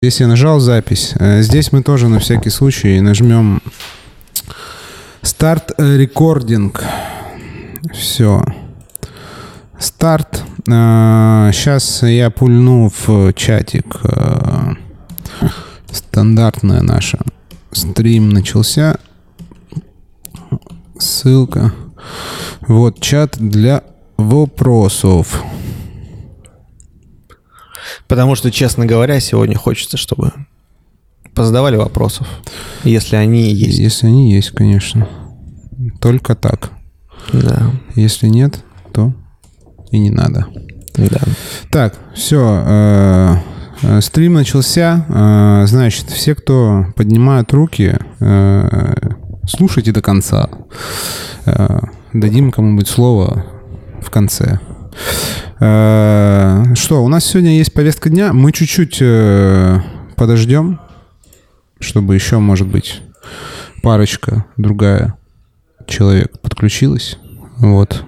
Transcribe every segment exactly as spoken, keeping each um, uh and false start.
Здесь я нажал запись. Здесь мы тоже на всякий случай нажмем старт рекординг. Все. Старт. Сейчас я пульну в чатик. Стандартная наша. Стрим начался. Ссылка. Вот чат для вопросов. Потому что, честно говоря, сегодня хочется, чтобы позадавали вопросов, если они есть. Если они есть, конечно. Только так. Да. Если нет, то и не надо. Да. Так, все. Э, стрим начался. Э, значит, все, кто поднимают руки, э, слушайте до конца. Э, дадим кому-нибудь слово в конце. Э, что, у нас сегодня есть повестка дня. Мы чуть-чуть э, подождем, чтобы еще, может быть, парочка другая человек подключилась. Вот.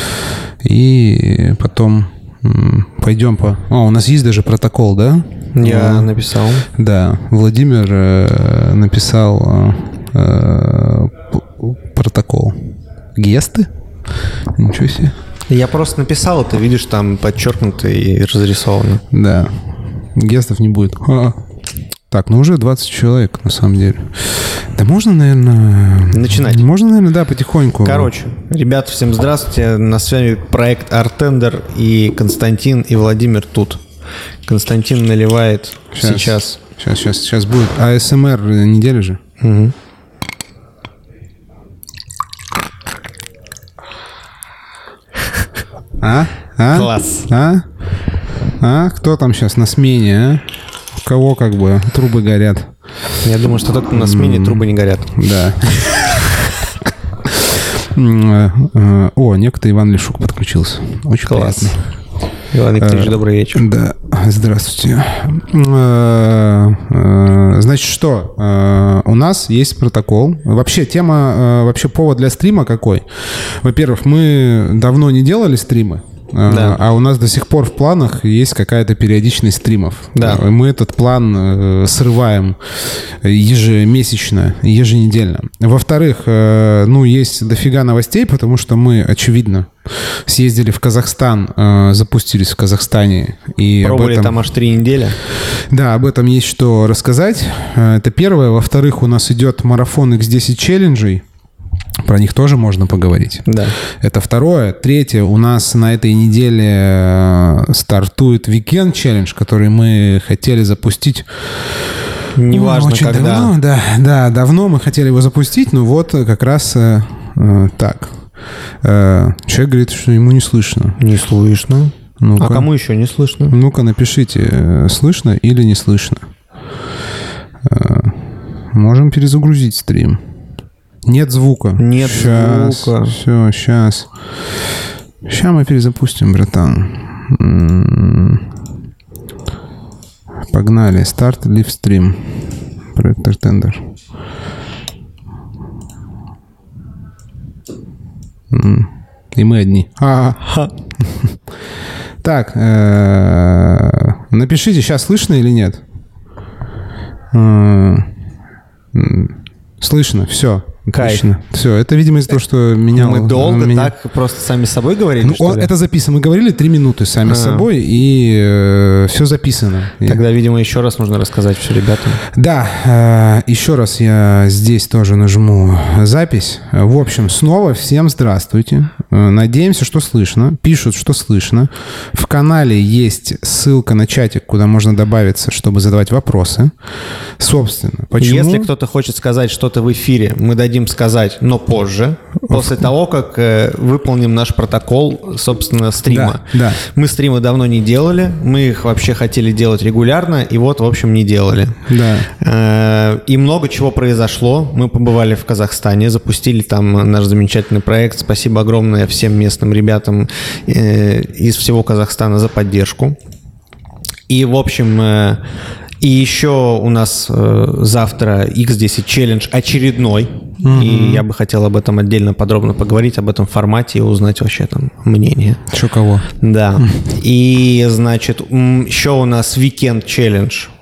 И потом пойдем по... О, у нас есть даже протокол, да? Я а, написал. Да. Владимир э, написал э, протокол. Гесты? Ничего себе. Я просто написал это, видишь, там подчеркнуто и разрисовано. Да. Гестов не будет. А. Так, ну уже двадцать человек, на самом деле. Да можно, наверное... Начинать. Можно, наверное, да, потихоньку. Короче, ребята, всем здравствуйте. На связи проект Артендер и Константин и Владимир тут. Константин наливает сейчас. Сейчас, сейчас, сейчас, сейчас будет. А эс эм эр неделя же? Угу. А? А? Класс. А? А? Кто там сейчас на смене, а? У кого как бы трубы горят? Я думаю, что только на смене трубы не горят. Да. О, некто Иван Лешук подключился. Очень Класс. приятно. Иван Викторович, добрый вечер. Да, здравствуйте. Значит, что? У нас есть протокол. Вообще, тема, вообще повод для стрима какой? Во-первых, мы давно не делали стримы. Да. А у нас до сих пор в планах есть какая-то периодичность стримов. Да. Мы этот план э, срываем ежемесячно, еженедельно. Во-вторых, э, ну, есть дофига новостей, потому что мы, очевидно, съездили в Казахстан, э, запустились в Казахстане. И пробовали об этом... там аж три недели. Да, об этом есть что рассказать. Это первое. Во-вторых, у нас идет марафон икс десять челленджей. Про них тоже можно поговорить. Да. Это второе. Третье. У нас на этой неделе стартует Weekend Challenge, который мы хотели запустить. Неважно, очень когда. Давно, да, да, давно мы хотели его запустить, но вот как раз э, э, так. Э, человек говорит, что ему не слышно. Не слышно. Ну-ка. А кому еще не слышно? Ну-ка, напишите, слышно или не слышно. Э, можем перезагрузить стрим. Нет звука. Нет щас, звука. Все, сейчас. Сейчас мы перезапустим, братан. Погнали. Старт ливстрим. Проект Артендер. И мы одни. А-а-а. Так. Напишите, сейчас слышно или нет? Слышно. Все. Отлично. Все, это, видимо, из-за того, что меня... Мы долго меня... так просто сами с собой говорили, ну, что он, ли? Это записано. Мы говорили три минуты сами А-а-а. с собой, и э, все записано. Тогда, видимо, еще раз нужно рассказать все ребятам. Да, э, еще раз я здесь тоже нажму запись. В общем, снова всем здравствуйте. Надеемся, что слышно. Пишут, что слышно. В канале есть ссылка на чатик, куда можно добавиться, чтобы задавать вопросы. Собственно, почему... Если кто-то хочет сказать что-то в эфире, мы дадим сказать, но позже, после того, как э, выполним наш протокол, собственно, стрима. Да, да. Мы стримы давно не делали, мы их вообще хотели делать регулярно, и вот, в общем, не делали. Да. Э, и много чего произошло. Мы побывали в Казахстане, запустили там наш замечательный проект. Спасибо огромное всем местным ребятам э, из всего Казахстана за поддержку. И, в общем... Э, И еще у нас э, завтра икс десять челлендж очередной. Mm-hmm. И я бы хотел об этом отдельно подробно поговорить, об этом формате и узнать вообще там мнение. Че кого? Да. И, значит, еще у нас Weekend Challenge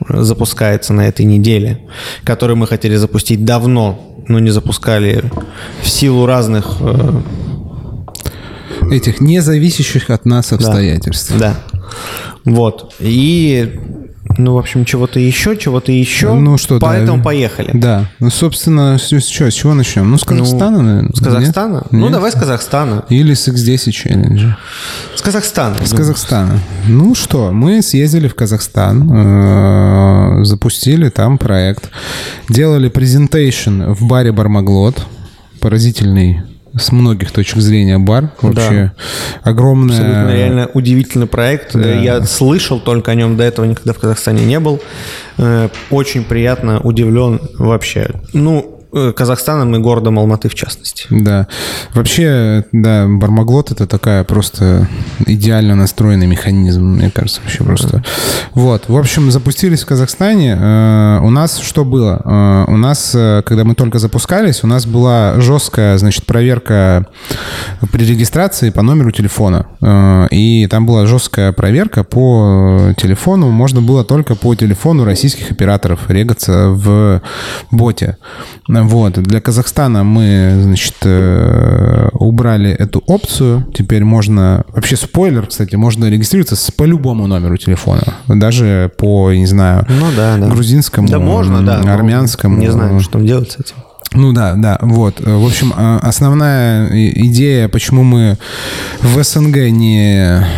запускается на этой неделе, который мы хотели запустить давно, но не запускали в силу разных... Э... Этих независящих от нас обстоятельств. Да, да. Вот. И... Ну, в общем, чего-то еще, чего-то еще. Ну что, поэтому да, поехали. Да. Ну, собственно, с, с, чего, с чего начнем? Ну, с Казахстана, ну, наверное. С Казахстана? Нет? Ну, Нет? давай с Казахстана. Или с икс десять Challenge. С Казахстана. С Казахстана. Ну что, мы съездили в Казахстан, э, запустили там проект, делали презентейшн в баре «Бармаглот». Поразительный с многих точек зрения бар. Вообще да. огромная... Абсолютно реально удивительный проект. Да. Я слышал только о нем, до этого никогда в Казахстане не был. Очень приятно удивлен вообще. Ну, Казахстаном и городом Алматы в частности. Да. Вообще, да, Бармаглот — это такая просто идеально настроенный механизм, мне кажется, вообще просто. Вот. В общем, запустились в Казахстане. У нас что было? У нас, когда мы только запускались, у нас была жесткая, значит, проверка при регистрации по номеру телефона. И там была жесткая проверка по телефону. Можно было только по телефону российских операторов регаться в боте. Вот. Для Казахстана мы, значит, убрали эту опцию. Теперь можно... Вообще, спойлер, кстати, можно регистрироваться по любому номеру телефона. Даже по, не знаю, ну, да, да. грузинскому, да, можно, да, армянскому. Не знаю, что там делать с этим. Ну да, да, вот. В общем, основная идея, почему мы в СНГ не...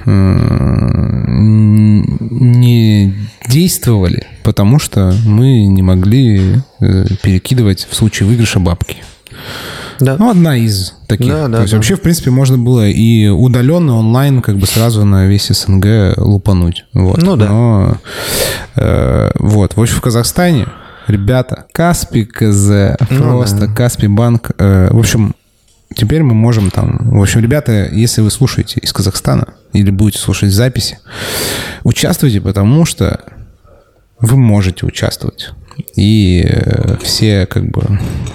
не действовали, потому что мы не могли перекидывать в случае выигрыша бабки. Да. Ну, одна из таких. Да, да, То есть да. вообще, в принципе, можно было и удаленно, онлайн как бы сразу на весь СНГ лупануть. Вот. Ну да. Но, э, вот. В общем, в Казахстане, ребята, Каспий КЗ, ну, просто да. Каспий банк. Э, в общем, теперь мы можем там... В общем, ребята, если вы слушаете из Казахстана или будете слушать записи, участвуйте, потому что вы можете участвовать. И все как бы...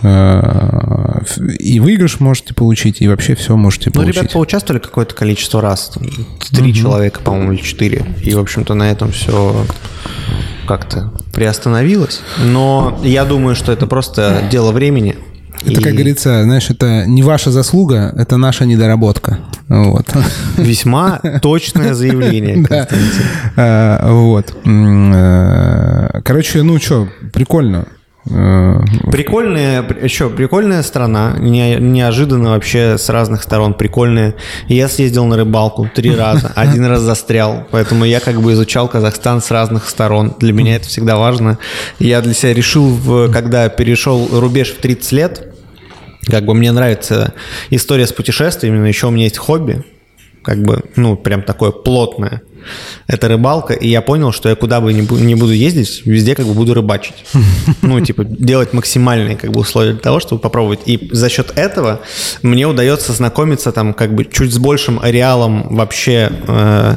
Э, и выигрыш можете получить, и вообще все можете получить. Ну, ребята поучаствовали какое-то количество раз. Три mm-hmm. человека, по-моему, или четыре. И, в общем-то, на этом все как-то приостановилось. Но я думаю, что это просто дело времени. Это, и... как говорится, знаешь, это не ваша заслуга, это наша недоработка. Вот. Весьма точное заявление, Константин. Вот. Короче, ну что, прикольно. Прикольная, еще прикольная страна, не, неожиданно вообще с разных сторон прикольная. Я съездил на рыбалку три раза, один раз застрял, поэтому я как бы изучал Казахстан с разных сторон. Для меня это всегда важно. Я для себя решил, когда перешел рубеж в тридцать лет, как бы мне нравится история с путешествиями, еще у меня есть хобби, как бы, ну, прям такое плотное. Это рыбалка, и я понял, что я куда бы ни буду ездить, везде как бы буду рыбачить. Ну, типа, делать максимальные как бы условия для того, чтобы попробовать. И за счет этого мне удается знакомиться там как бы чуть с большим ареалом вообще... Э-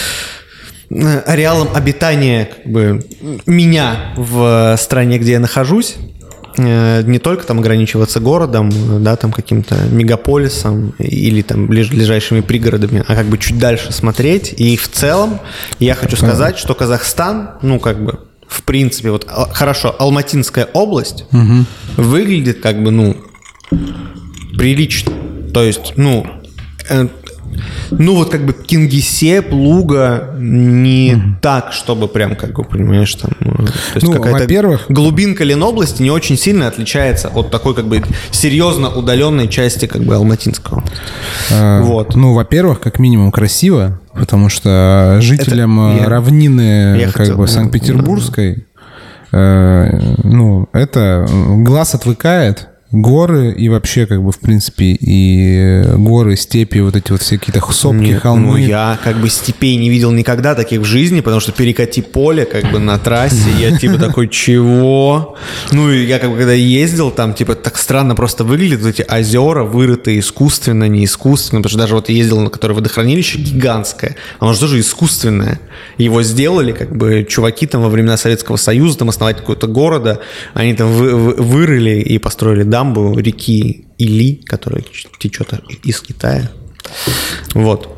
ареалом обитания как бы меня в стране, где я нахожусь. Не только там ограничиваться городом, да, там каким-то мегаполисом или там ближайшими пригородами, а как бы чуть дальше смотреть. И в целом я хочу сказать, что Казахстан, ну как бы в принципе, вот хорошо, Алматинская область угу. выглядит как бы, ну, прилично. То есть, ну, э, ну вот как бы Кингисепп, Луга не mm-hmm. так, чтобы прям, как бы, понимаешь, там... То есть ну, какая-то во-первых... глубинка Ленобласти не очень сильно отличается от такой как бы серьезно удаленной части как бы Алматинского. А, вот. Ну, во-первых, как минимум красиво, потому что жителям это равнины я как хотел, бы Санкт-Петербургской, да. э, ну, это глаз отвыкает. Горы и вообще, как бы, в принципе, и горы, степи, вот эти вот все какие-то сопки, Нет, холмы. Ну, я как бы степей не видел никогда таких в жизни, потому что перекати поле, как бы, на трассе, я типа такой, чего? Ну, и я как бы, когда ездил, там, типа, так странно просто выглядят эти озера, вырытые искусственно, не искусственно, потому что даже вот я ездил, на которое водохранилище гигантское, оно же тоже искусственное. Его сделали, как бы, чуваки там во времена Советского Союза, там, основать какого-то города, они там вы, вы, вырыли и построили дамбу реки Или, которая течет из Китая. Вот.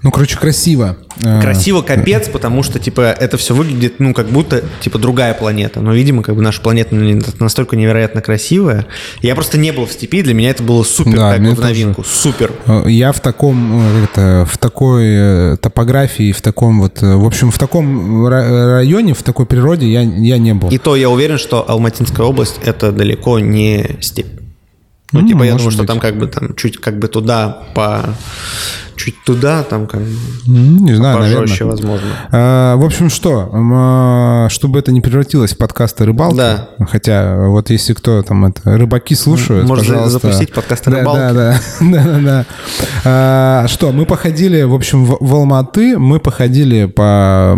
Ну, короче, красиво. Красиво капец, потому что, типа, это все выглядит, ну, как будто, типа, другая планета. Но, видимо, как бы наша планета настолько невероятно красивая. Я просто не был в степи, для меня это было супер, да, как бы в новинку. Тоже. Супер. Я в таком, это, в такой топографии, в таком вот, в общем, в таком районе, в такой природе я, я не был. И то я уверен, что Алматинская область — это далеко не степь. Ну, ну типа, я думаю, быть. Что там как бы там чуть как бы туда по... Чуть туда, там как бы не знаю, пожестче, возможно. А, в общем, что? Чтобы это не превратилось в подкаст о рыбалке. Да. Хотя вот если кто там это рыбаки слушают, можно пожалуйста. запустить подкаст о да, рыбалке. Да, да, да, да, да. А, что? Мы походили, в общем, в, в Алматы, мы походили по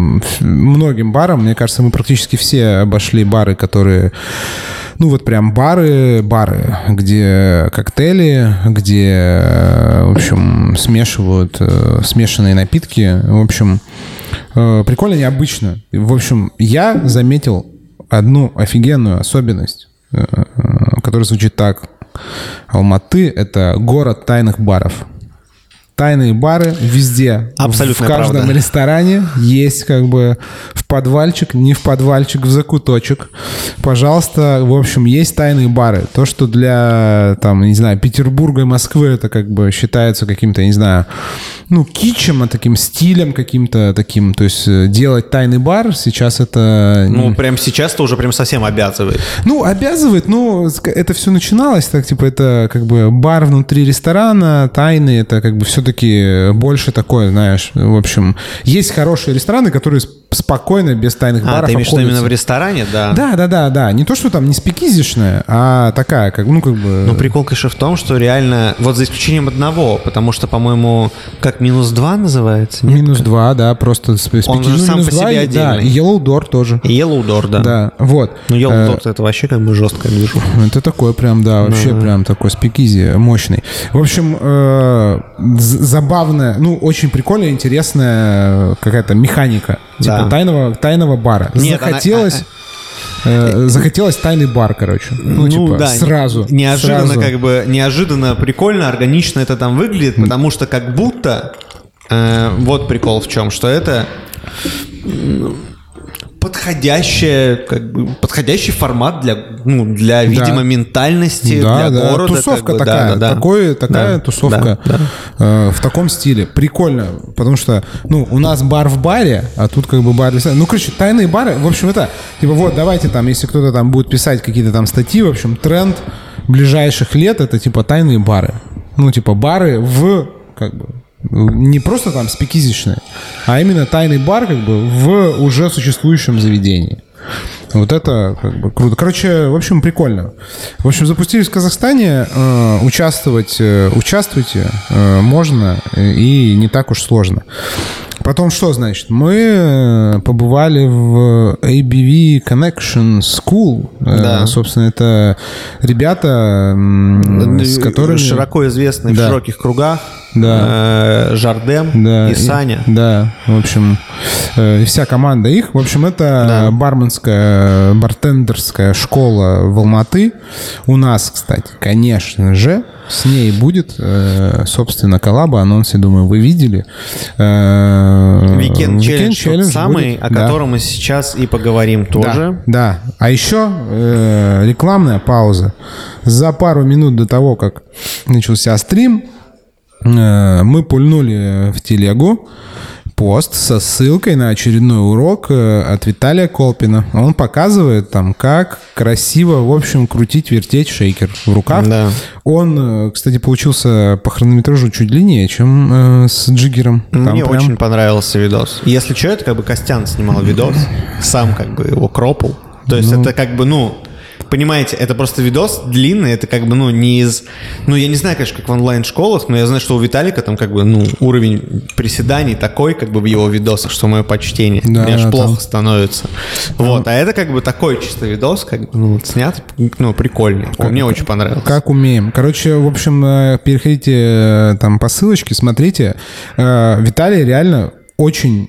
многим барам. Мне кажется, мы практически все обошли бары, которые... Ну, вот прям бары, бары, где коктейли, где, в общем, смешивают смешанные напитки. В общем, прикольно, необычно. В общем, я заметил одну офигенную особенность, которая звучит так. Алматы — это город тайных баров. Тайные бары везде. Абсолютно в каждом правда. Ресторане есть как бы в подвальчик, не в подвальчик, в закуточек. Пожалуйста, в общем, есть тайные бары. То, что для, там, не знаю, Петербурга и Москвы это как бы считается каким-то, не знаю, ну, китчем, а таким стилем каким-то таким. То есть делать тайный бар сейчас это... Ну, прям сейчас-то уже прям совсем обязывает. Ну, обязывает, но это все начиналось так, типа, это как бы бар внутри ресторана, тайный, это как бы все таки больше такое, знаешь, в общем, есть хорошие рестораны, которые спокойно, без тайных а, баров ты имеешь в виду обходятся. именно в ресторане, да? Да, да, да, да. Не то, что там не спикизишная, а такая, как, ну, как бы... Ну, прикол, конечно, в том, что реально, вот за исключением одного, потому что, по-моему, как минус два называется? Нет? Минус два, да, просто спикизишная. Он же ну, сам по себе отдельный. Да, и Yellow Door тоже. И Yellow Door, да. Да, вот. Ну, Yellow Door, это вообще как бы жесткая движуха. Это такой прям, да, вообще да. Прям такой спикизи мощный. В общем, э, забавная, ну, очень прикольная, интересная какая-то механика. Типа да. тайного, тайного бара. Нет, захотелось, она... э, захотелось тайный бар, короче. Ну, ну типа, да, сразу. Неожиданно, сразу. как бы, неожиданно, прикольно, органично это там выглядит, потому что как будто, э, вот прикол в чем, что это... подходящая, как бы, подходящий формат для, ну, для, видимо, да. ментальности, да, для да. города. Тусовка как бы, такая, да, да, такой, такая да, тусовка да, да. Э, в таком стиле. Прикольно, потому что, ну, у нас бар в баре, а тут как бы бар... Ну, короче, тайные бары, в общем, это, типа, вот, давайте там, если кто-то там будет писать какие-то там статьи, в общем, тренд ближайших лет, это, типа, тайные бары. Ну, типа, бары в, как бы, не просто там спикизичные, а именно тайный бар как бы в уже существующем заведении. Вот это как бы круто. Короче, в общем, прикольно. В общем, запустились в Казахстане. Э, участвовать, э, участвуйте э, можно и не так уж сложно. Потом что, значит? Мы побывали в эй би ви Connection School. Да. Собственно, это ребята, с которыми... Широко известны да. в широких кругах. Да. Жардем да. и Саня. И, да, в общем, и вся команда их. В общем, это да. барменская, бартендерская школа в Алматы. У нас, кстати, конечно же, с ней будет, собственно, коллаба, анонс, я думаю, вы видели. Weekend Challenge, тот самый, будет. О да. котором мы сейчас и поговорим тоже. Да, да. А еще э, рекламная пауза. За пару минут до того, как начался стрим, э, мы пульнули в телегу пост со ссылкой на очередной урок от Виталия Колпина. Он показывает там, как красиво, в общем, крутить, вертеть шейкер в руках. Да. Он, кстати, получился по хронометражу чуть длиннее, чем э, с джиггером. Там Мне прям... очень понравился видос. Если что, это как бы Костян снимал видос, сам как бы его кропал. То есть ну... это как бы, ну... Понимаете, это просто видос длинный, это как бы, ну, не из... Ну, я не знаю, конечно, как в онлайн-школах, но я знаю, что у Виталика там как бы, ну, уровень приседаний такой, как бы в его видосах, что мое почтение. Да, мне аж да, плохо там... становится. Вот, а это как бы такой чисто видос, как бы, ну, вот, снят, ну, прикольный. Как, мне очень понравилось. Как умеем. Короче, в общем, переходите там по ссылочке, смотрите. Виталий реально очень...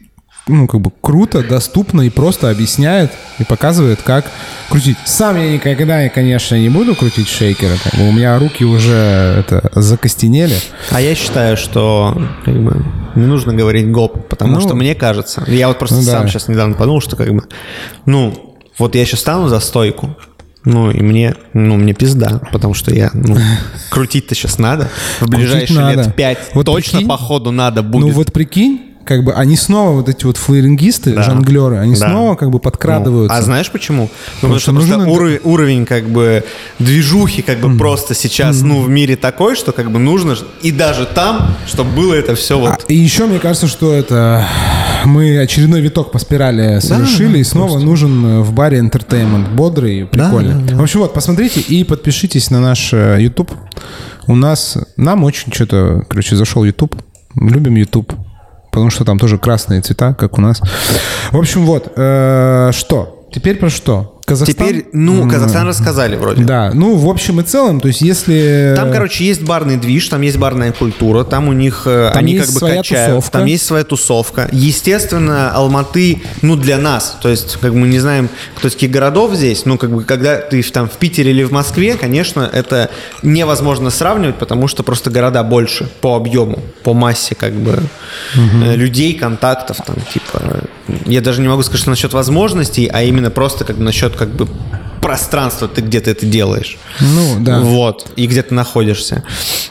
ну, как бы круто, доступно и просто объясняет и показывает, как крутить. Сам я никогда, конечно, не буду крутить шейкеры. Как бы у меня руки уже это, закостенели. А я считаю, что как бы, не нужно говорить гоп, потому ну, что мне кажется... Я вот просто ну, сам да. сейчас недавно подумал, что как бы... Ну, вот я сейчас стану за стойку, ну, и мне, ну, мне пизда, потому что я, ну, крутить-то сейчас надо. В ближайшие лет пять вот точно, прикинь, походу, надо будет. Ну, вот прикинь, как бы они снова, вот эти вот флерингисты, да. жонглеры, они да. снова как бы подкрадываются. Ну, а знаешь почему? Ну, потому что, что просто нужен... уровень, уровень как бы движухи как бы mm. просто сейчас, mm. ну, в мире такой, что как бы нужно, и даже там, чтобы было это все вот... А, и еще мне кажется, что это... Мы очередной виток по спирали совершили, да, и снова просто. Нужен в баре entertainment, бодрый, прикольный. Да, да, да. В общем, вот, посмотрите и подпишитесь на наш YouTube. У нас, нам очень что-то, короче, зашел YouTube. Любим YouTube, потому что там тоже красные цвета, как у нас. В общем, вот, э, что? Теперь про что? Казахстан? Теперь, ну, Казахстан рассказали вроде. Да, ну, в общем и целом, то есть если... Там, короче, есть барный движ, там есть барная культура, там у них, там они как бы качают. Тусовка. Там есть своя тусовка. Естественно, Алматы, ну, для нас, то есть, как бы мы не знаем, кто из каких городов здесь, ну, как бы, когда ты там в Питере или в Москве, конечно, это невозможно сравнивать, потому что просто города больше по объему, по массе, как бы, угу. людей, контактов, там, типа... Я даже не могу сказать, что насчет возможностей, а именно просто как бы насчет как бы пространства, ты где-то это делаешь. Ну, да. Вот. И где ты находишься.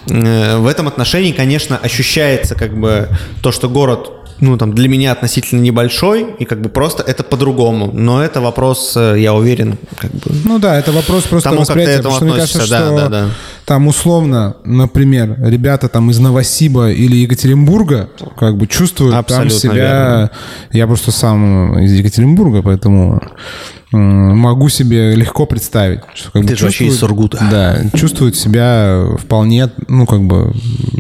В этом отношении, конечно, ощущается как бы то, что город, ну, там, для меня относительно небольшой, и как бы просто это по-другому. Но это вопрос, я уверен, как бы... Ну да, это вопрос просто тому, восприятия. Как ты потому что относишься, мне кажется, да, что да, да. там условно, например, ребята там из Новосиба или Екатеринбурга как бы чувствуют абсолютно там себя... Верно. Я просто сам из Екатеринбурга, поэтому... могу себе легко представить, что как ты бы же вообще из Сургута. Да, чувствует себя вполне, ну как бы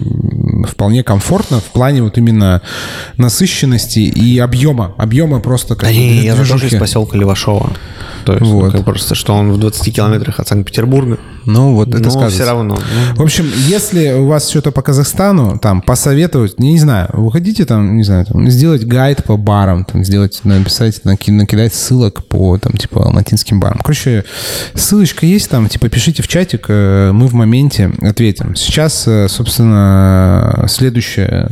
вполне комфортно в плане вот именно насыщенности и объема, объема просто как да бы не, я тоже из поселка Левашова. То есть вот. Ну, просто, что он в двадцати километрах от Санкт-Петербурга. Ну, вот это но сказывается. все равно. Ну. В общем, если у вас что-то по Казахстану, там, посоветовать, не, не знаю, вы хотите там, не знаю, там, сделать гайд по барам, там, сделать, написать, накидать ссылок по, там, типа, алматинским барам. Короче, ссылочка есть там, типа, пишите в чатик, мы в моменте ответим. Сейчас, собственно, следующее,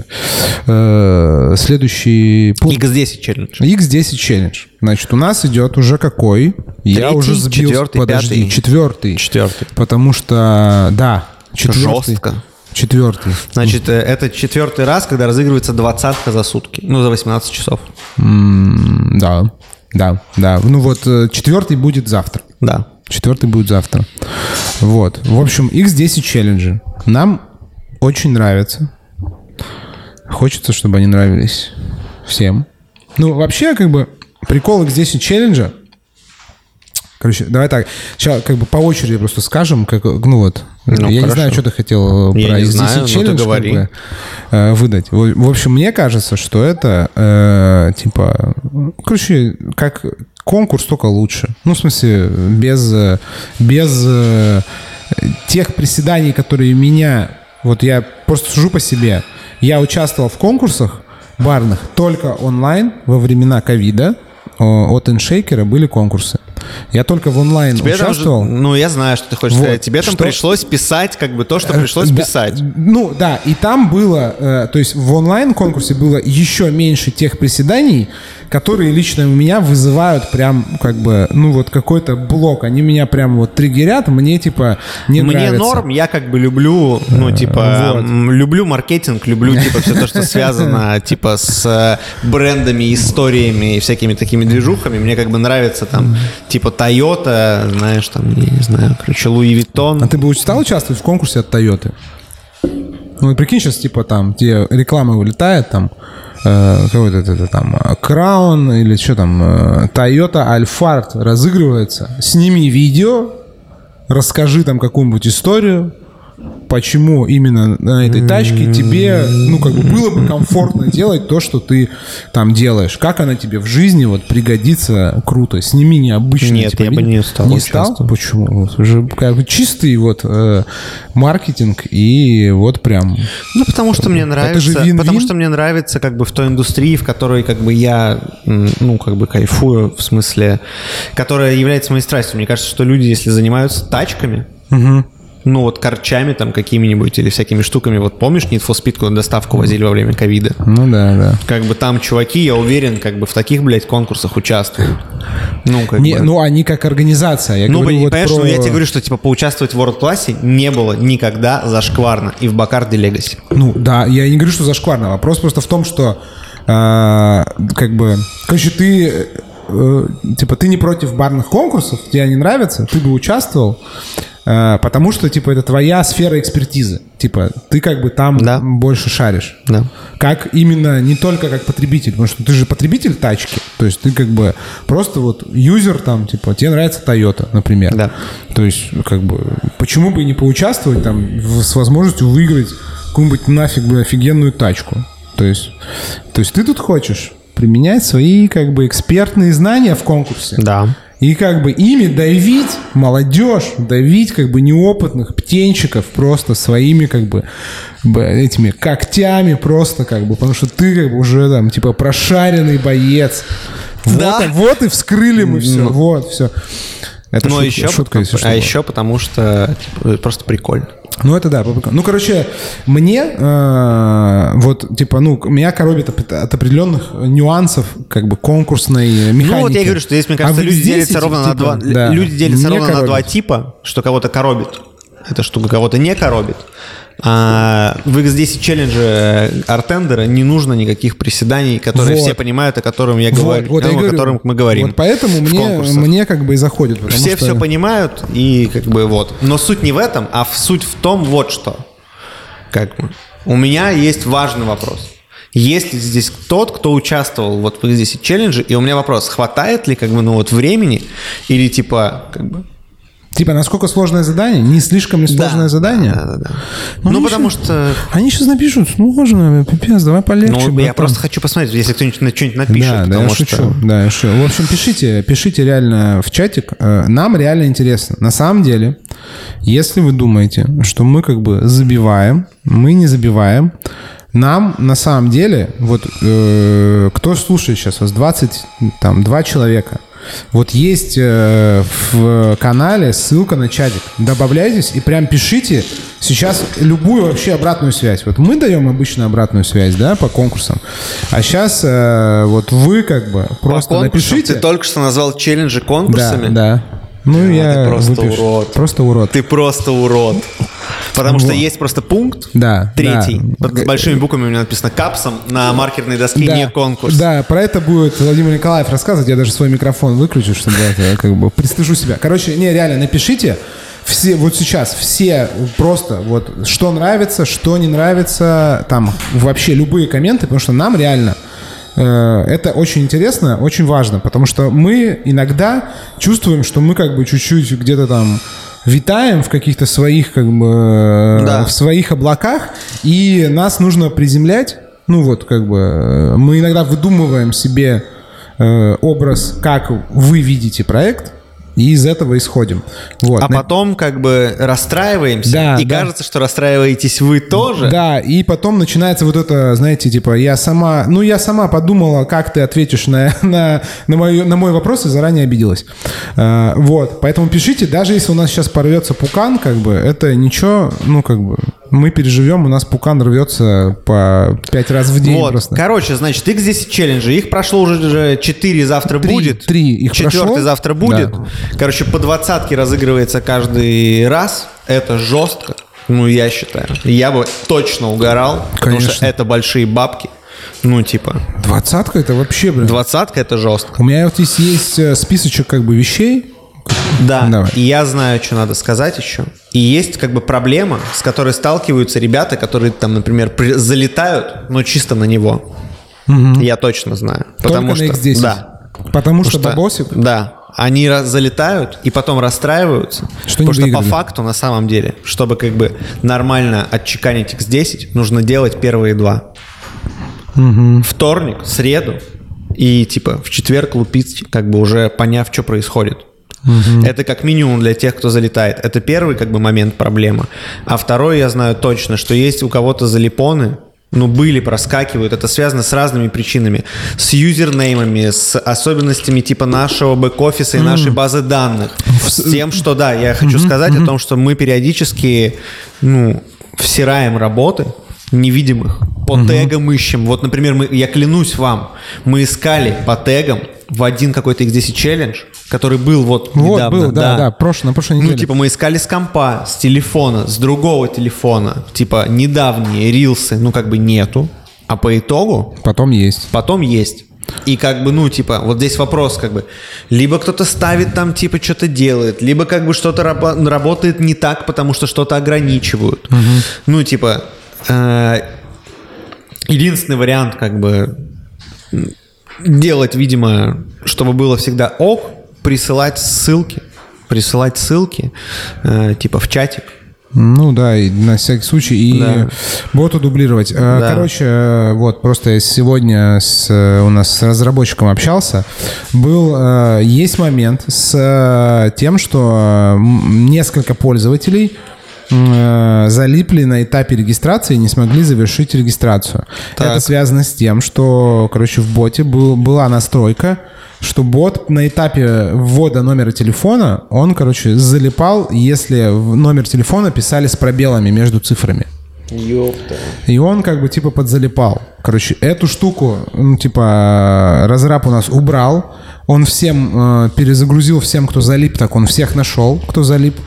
следующий пункт. икс десять челлендж. икс десять челлендж. Значит, у нас идет уже какой? Третий, я уже сбил. Четвертый, подожди, пятый. Четвертый. Четвертый. Потому что, да, четвертый. Жестко. Четвертый. Значит, это четвертый раз, когда разыгрывается двадцатка за сутки. Ну, за восемнадцать часов. Mm, да, да, да. Ну вот, четвертый будет завтра. Да. Четвертый будет завтра. Вот. В общем, икс десять челленджи. Нам очень нравятся. Хочется, чтобы они нравились всем. Ну, вообще, как бы, прикол икс десять челленджа. Короче, давай так. Сейчас как бы по очереди просто скажем, как, ну вот. Ну, я хорошо. Не знаю, что ты хотел я про икс десять челлендж как бы, э, выдать. В, в общем, мне кажется, что это э, типа, короче, как конкурс, только лучше. Ну, в смысле, без, без э, тех приседаний, которые меня... Вот я просто сужу по себе. Я участвовал в конкурсах барных только онлайн во времена ковида. От InShaker были конкурсы. Я только в онлайн тебе участвовал. Там, ну, я знаю, что ты хочешь вот, сказать. Тебе там что... пришлось писать как бы то, что пришлось да, писать. Ну, да. И там было... Э, то есть в онлайн-конкурсе было еще меньше тех приседаний, которые лично у меня вызывают прям как бы, ну, вот какой-то блок. Они меня прям вот триггерят. Мне, типа, не мне нравится. Мне норм. Я как бы люблю, ну, типа... Вот. Люблю маркетинг, люблю, типа, все то, что связано, типа, с брендами, историями и всякими такими движухами. Мне как бы нравится там... Типа Toyota, знаешь, там, я не знаю, короче, Луи Виттон. А ты бы стал участвовать в конкурсе от Toyota? Ну, прикинь, сейчас, типа, там, где реклама вылетает, там, э, какой-то это, там, Краун или что там, э, Toyota Alphard разыгрывается. Сними видео, расскажи там какую-нибудь историю, почему именно на этой тачке тебе, ну, как бы было бы комфортно делать то, что ты там делаешь. Как она тебе в жизни вот пригодится круто. Сними необычно. Нет, типа, я бы не стал Не стал? Почему? Вот, уже как бы чистый вот э, маркетинг и вот прям... Ну, потому что мне нравится... Это же вин-вин. Потому что мне нравится как бы в той индустрии, в которой как бы я, ну, как бы кайфую, в смысле, которая является моей страстью. Мне кажется, что люди, если занимаются тачками, Угу. ну вот корчами там какими-нибудь или всякими штуками, вот помнишь Need for Speed, куда доставку возили во время ковида? Ну да, да. Как бы там чуваки, я уверен, как бы в таких, блядь, конкурсах участвуют. Ну, как Не, бы... ну, они как организация. Я Ну, говорю, вот понимаешь, про... ну я тебе говорю, что типа поучаствовать в World Class не было никогда зашкварно и в Bacardi Legacy. Ну, да, я не говорю, что зашкварно. Вопрос просто в том, что э, как бы... Короче, ты... э, типа, ты не против барных конкурсов, тебе не нравится, ты бы участвовал, э, потому что, типа, это твоя сфера экспертизы. Типа, ты как бы там Да. больше шаришь. Да. Как именно, не только как потребитель, потому что ты же потребитель тачки, то есть ты как бы просто вот юзер там, типа, тебе нравится Toyota, например. Да. То есть, как бы, почему бы и не поучаствовать там в- с возможностью выиграть какую-нибудь нафиг, бля, офигенную тачку. То есть, то есть ты тут хочешь применять свои, как бы, экспертные знания в конкурсе. Да. И как бы ими давить молодежь, давить как бы неопытных птенчиков просто своими как бы б- этими когтями просто как бы, потому что ты как бы уже там типа прошаренный боец. Вот, Да. и- вот и вскрыли мы все, Ну. вот, все. Это Но шутка, еще, шутка, если что. а еще потому что типа, просто прикольно. Ну, это да. по- Ну, короче, мне э, вот, типа, ну, меня коробит от, от определенных нюансов, как бы, конкурсной механики. Ну вот я и говорю, что здесь, мне кажется, А вот люди здесь делятся эти ровно на типа, два. да, Люди делятся не ровно на коробит. два типа, что кого-то коробит. Эта штука кого-то не коробит. А в икс десять челлендже Артендера не нужно никаких приседаний, которые Вот. все понимают, о котором я Вот, говорю, вот я о и говорю. котором мы говорим. Вот поэтому в мне, конкурсах. мне как бы и заходит. Потому Все что... все понимают, и как бы вот. Но суть не в этом, а в суть в том вот что. Как бы. У меня есть важный вопрос. Есть ли здесь тот, кто участвовал вот в икс десять челлендже, и у меня вопрос, хватает ли как бы ну вот времени, или типа как бы... Типа, насколько сложное задание? Не слишком ли сложное Да, задание? Да, да, да. Ну, Ну, они потому щас- что... Они сейчас напишут, ну, можно, пипец, давай полегче. Ну, я братан. просто хочу посмотреть, если кто-нибудь на что-нибудь напишет. Да, да, потому я что... шучу. Да, я шучу. В общем, пишите, пишите реально в чатик. Э, Нам реально интересно. На самом деле, если вы думаете, что мы как бы забиваем, мы не забиваем. Нам на самом деле, вот э, кто слушает сейчас, вас двадцать два человека. Вот есть э, в канале ссылка на чатик. Добавляйтесь и прям пишите сейчас любую вообще обратную связь. Вот мы даем обычно обратную связь, да, по конкурсам. А сейчас э, вот вы как бы просто По конкурсам напишите. Ты только что назвал челленджи Да, конкурсами? да. Ну, Ну, я ты просто выпишу. урод. Просто урод. Ты просто урод. Потому что Вот. есть просто пункт, Да, третий, да. под- с большими буквами у меня написано капсом на маркерной доске, не конкурс. Да, про это будет Владимир Николаев рассказывать. Я даже свой микрофон выключу, чтобы это как бы пристыжу себя. Короче, не, реально, напишите все, вот сейчас все просто вот что нравится, что не нравится, там вообще любые комменты, потому что нам реально э, это очень интересно, очень важно, потому что мы иногда чувствуем, что мы как бы чуть-чуть где-то там витаем в каких-то своих, как бы, Да. в своих облаках, и нас нужно приземлять. Ну вот, как бы, э, мы иногда выдумываем себе э, образ, как вы видите проект, и из этого исходим. Вот. А На- потом как бы расстраиваемся, Да, и да. кажется, что расстраиваетесь вы тоже. Да, и потом начинается вот это, знаете, типа, я сама, ну, я сама подумала, как ты ответишь на, на, на, мой, на мой вопрос, и заранее обиделась. Э, вот, поэтому пишите, даже если у нас сейчас порвется пукан, как бы, это ничего, ну, как бы, мы переживем, у нас пукан рвется по пять раз в день Вот. просто. Короче, значит, икс десять челленджи, их прошло уже четыре, завтра Три, будет. три их Четвертый прошло. завтра будет. Да. Короче, по двадцатке разыгрывается каждый раз. Это жестко. Ну, я считаю. Я бы точно угорал, потому что Конечно. это большие бабки. Ну, типа, Двадцатка это вообще, блин. двадцатка это жестко. У меня вот здесь есть э, списочек как бы вещей. Да, Давай. и я знаю, что надо сказать еще. И есть как бы проблема, с которой сталкиваются ребята, которые там, например, при- залетают, но чисто на него. Я точно знаю. Потому Только что, на икс десять. Да. Потому что Потому что- бабосик. Да. они раз залетают и потом расстраиваются, Что потому не что выиграли. по факту, на самом деле, чтобы как бы нормально отчеканить икс десять, нужно делать первые два. Угу. Вторник, среду и типа в четверг лупить, как бы уже поняв, что происходит. Угу. Это как минимум для тех, кто залетает. Это первый как бы момент проблемы. А второй, я знаю точно, что есть у кого-то залипоны, ну, были, проскакивают. Это связано с разными причинами. С юзернеймами, с особенностями типа нашего бэк-офиса и mm. нашей базы данных. С тем, что, да, я хочу mm-hmm. сказать mm-hmm. о том, что мы периодически, ну, всираем работы невидимых, по mm-hmm. тегам ищем. Вот, например, мы, я клянусь вам, мы искали по тегам в один какой-то икс десять челлендж, который был вот, вот недавно. Был, да, да, да прошлый, на прошлой неделе. Ну, типа, мы искали с компа, с телефона, с другого телефона. Типа, недавние рилсы, ну, как бы нету. А по итогу... Потом есть. Потом есть. И как бы, ну, типа, вот здесь вопрос, как бы, либо кто-то ставит там, типа, что-то делает, либо как бы что-то раб- работает не так, потому что что-то ограничивают. Угу. Ну, типа, э- единственный вариант, как бы... делать, видимо, чтобы было всегда ок, присылать ссылки, присылать ссылки, э, типа в чатик. Ну да, и на всякий случай, и да. боту дублировать. Да. Короче, вот, просто я сегодня с, у нас с разработчиком общался. Был, есть момент с тем, что несколько пользователей залипли на этапе регистрации и не смогли завершить регистрацию. Так. Это связано с тем, что, короче, в боте был, была настройка, что бот на этапе ввода номера телефона, он, короче, залипал, если номер телефона писали с пробелами между цифрами. Ёпта. И он как бы типа подзалипал. Короче, эту штуку, ну, типа, разраб у нас убрал. Он всем э, перезагрузил всем, кто залип, так он всех нашел, кто залип.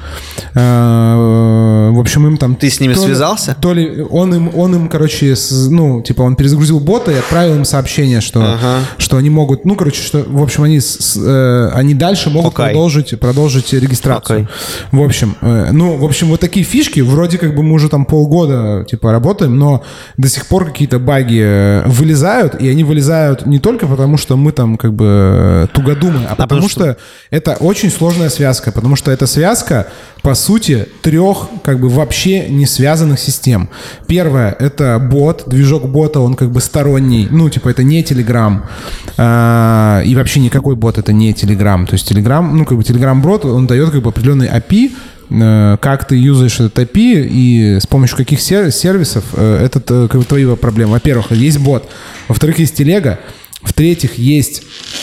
Э, в общем, им там... Ты с ними то связался? Ли, то ли он им, он им, короче, с, ну, типа, он перезагрузил бота и отправил им сообщение, что, ага. что они могут... Ну, короче, что, в общем, они, с, э, они дальше могут okay. продолжить, продолжить регистрацию. Okay. В общем, э, ну, в общем, вот такие фишки, вроде как бы мы уже там полгода, типа, работаем, но до сих пор какие-то баги вылезают, и они вылезают не только потому, что мы там, как бы... тугодумы, а, а потому что... что это очень сложная связка, потому что это связка, по сути, трех как бы вообще не связанных систем. Первое — это бот, движок бота, он как бы сторонний, ну, типа, это не Telegram, а, и вообще никакой бот это не Telegram, то есть Telegram, ну, как бы Telegram-бот, он дает как бы определенный эй пи ай, как ты юзаешь этот эй пи ай и с помощью каких сервисов, это как бы твои проблемы. Во-первых, есть бот, во-вторых, есть телега, в-третьих, есть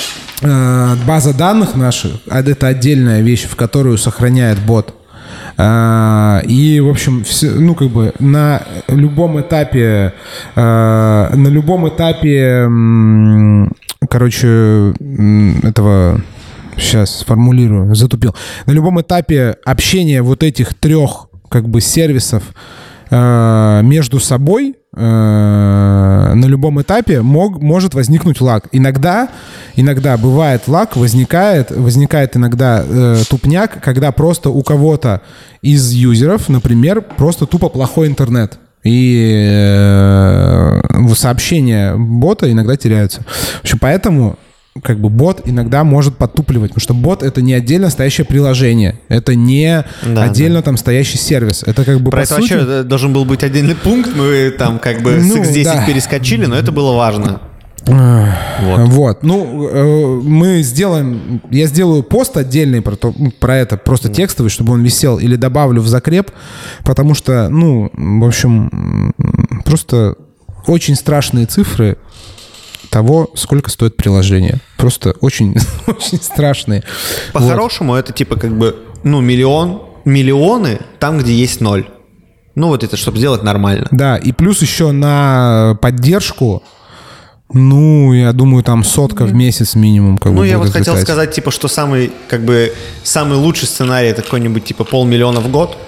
база данных наших, это отдельная вещь, в которую сохраняет бот. И, в общем, все, ну, как бы на любом этапе, на любом этапе, короче, этого, сейчас сформулирую, затупил. На любом этапе общения вот этих трех, как бы, сервисов между собой, на любом этапе мог, может возникнуть лаг. Иногда, иногда бывает лаг, возникает, возникает иногда э, тупняк, когда просто у кого-то из юзеров, например, просто тупо плохой интернет. И э, сообщения бота иногда теряются. В общем, поэтому как бы бот иногда может подтупливать, потому что бот — это не отдельно стоящее приложение, это не да, отдельно да. там стоящий сервис. Это как бы про по это сути... вообще должен был быть отдельный пункт, мы там как бы ну, с икс десять да. перескочили, но это было важно. Вот. вот. Ну, э, мы сделаем... Я сделаю пост отдельный про, то, про это, просто текстовый, чтобы он висел, или добавлю в закреп, потому что, ну, в общем, просто очень страшные цифры того, сколько стоит приложение. Просто очень, очень страшные. По-хорошему, вот. Это типа как бы, ну, миллион, миллионы там, где есть ноль. Ну, вот это, чтобы сделать нормально. Да, и плюс еще на поддержку, ну, я думаю, там сотка mm-hmm. в месяц минимум. Как ну, бы я вот хотел летать. сказать, типа, что самый, как бы, самый лучший сценарий — это какой-нибудь, типа, полмиллиона в год.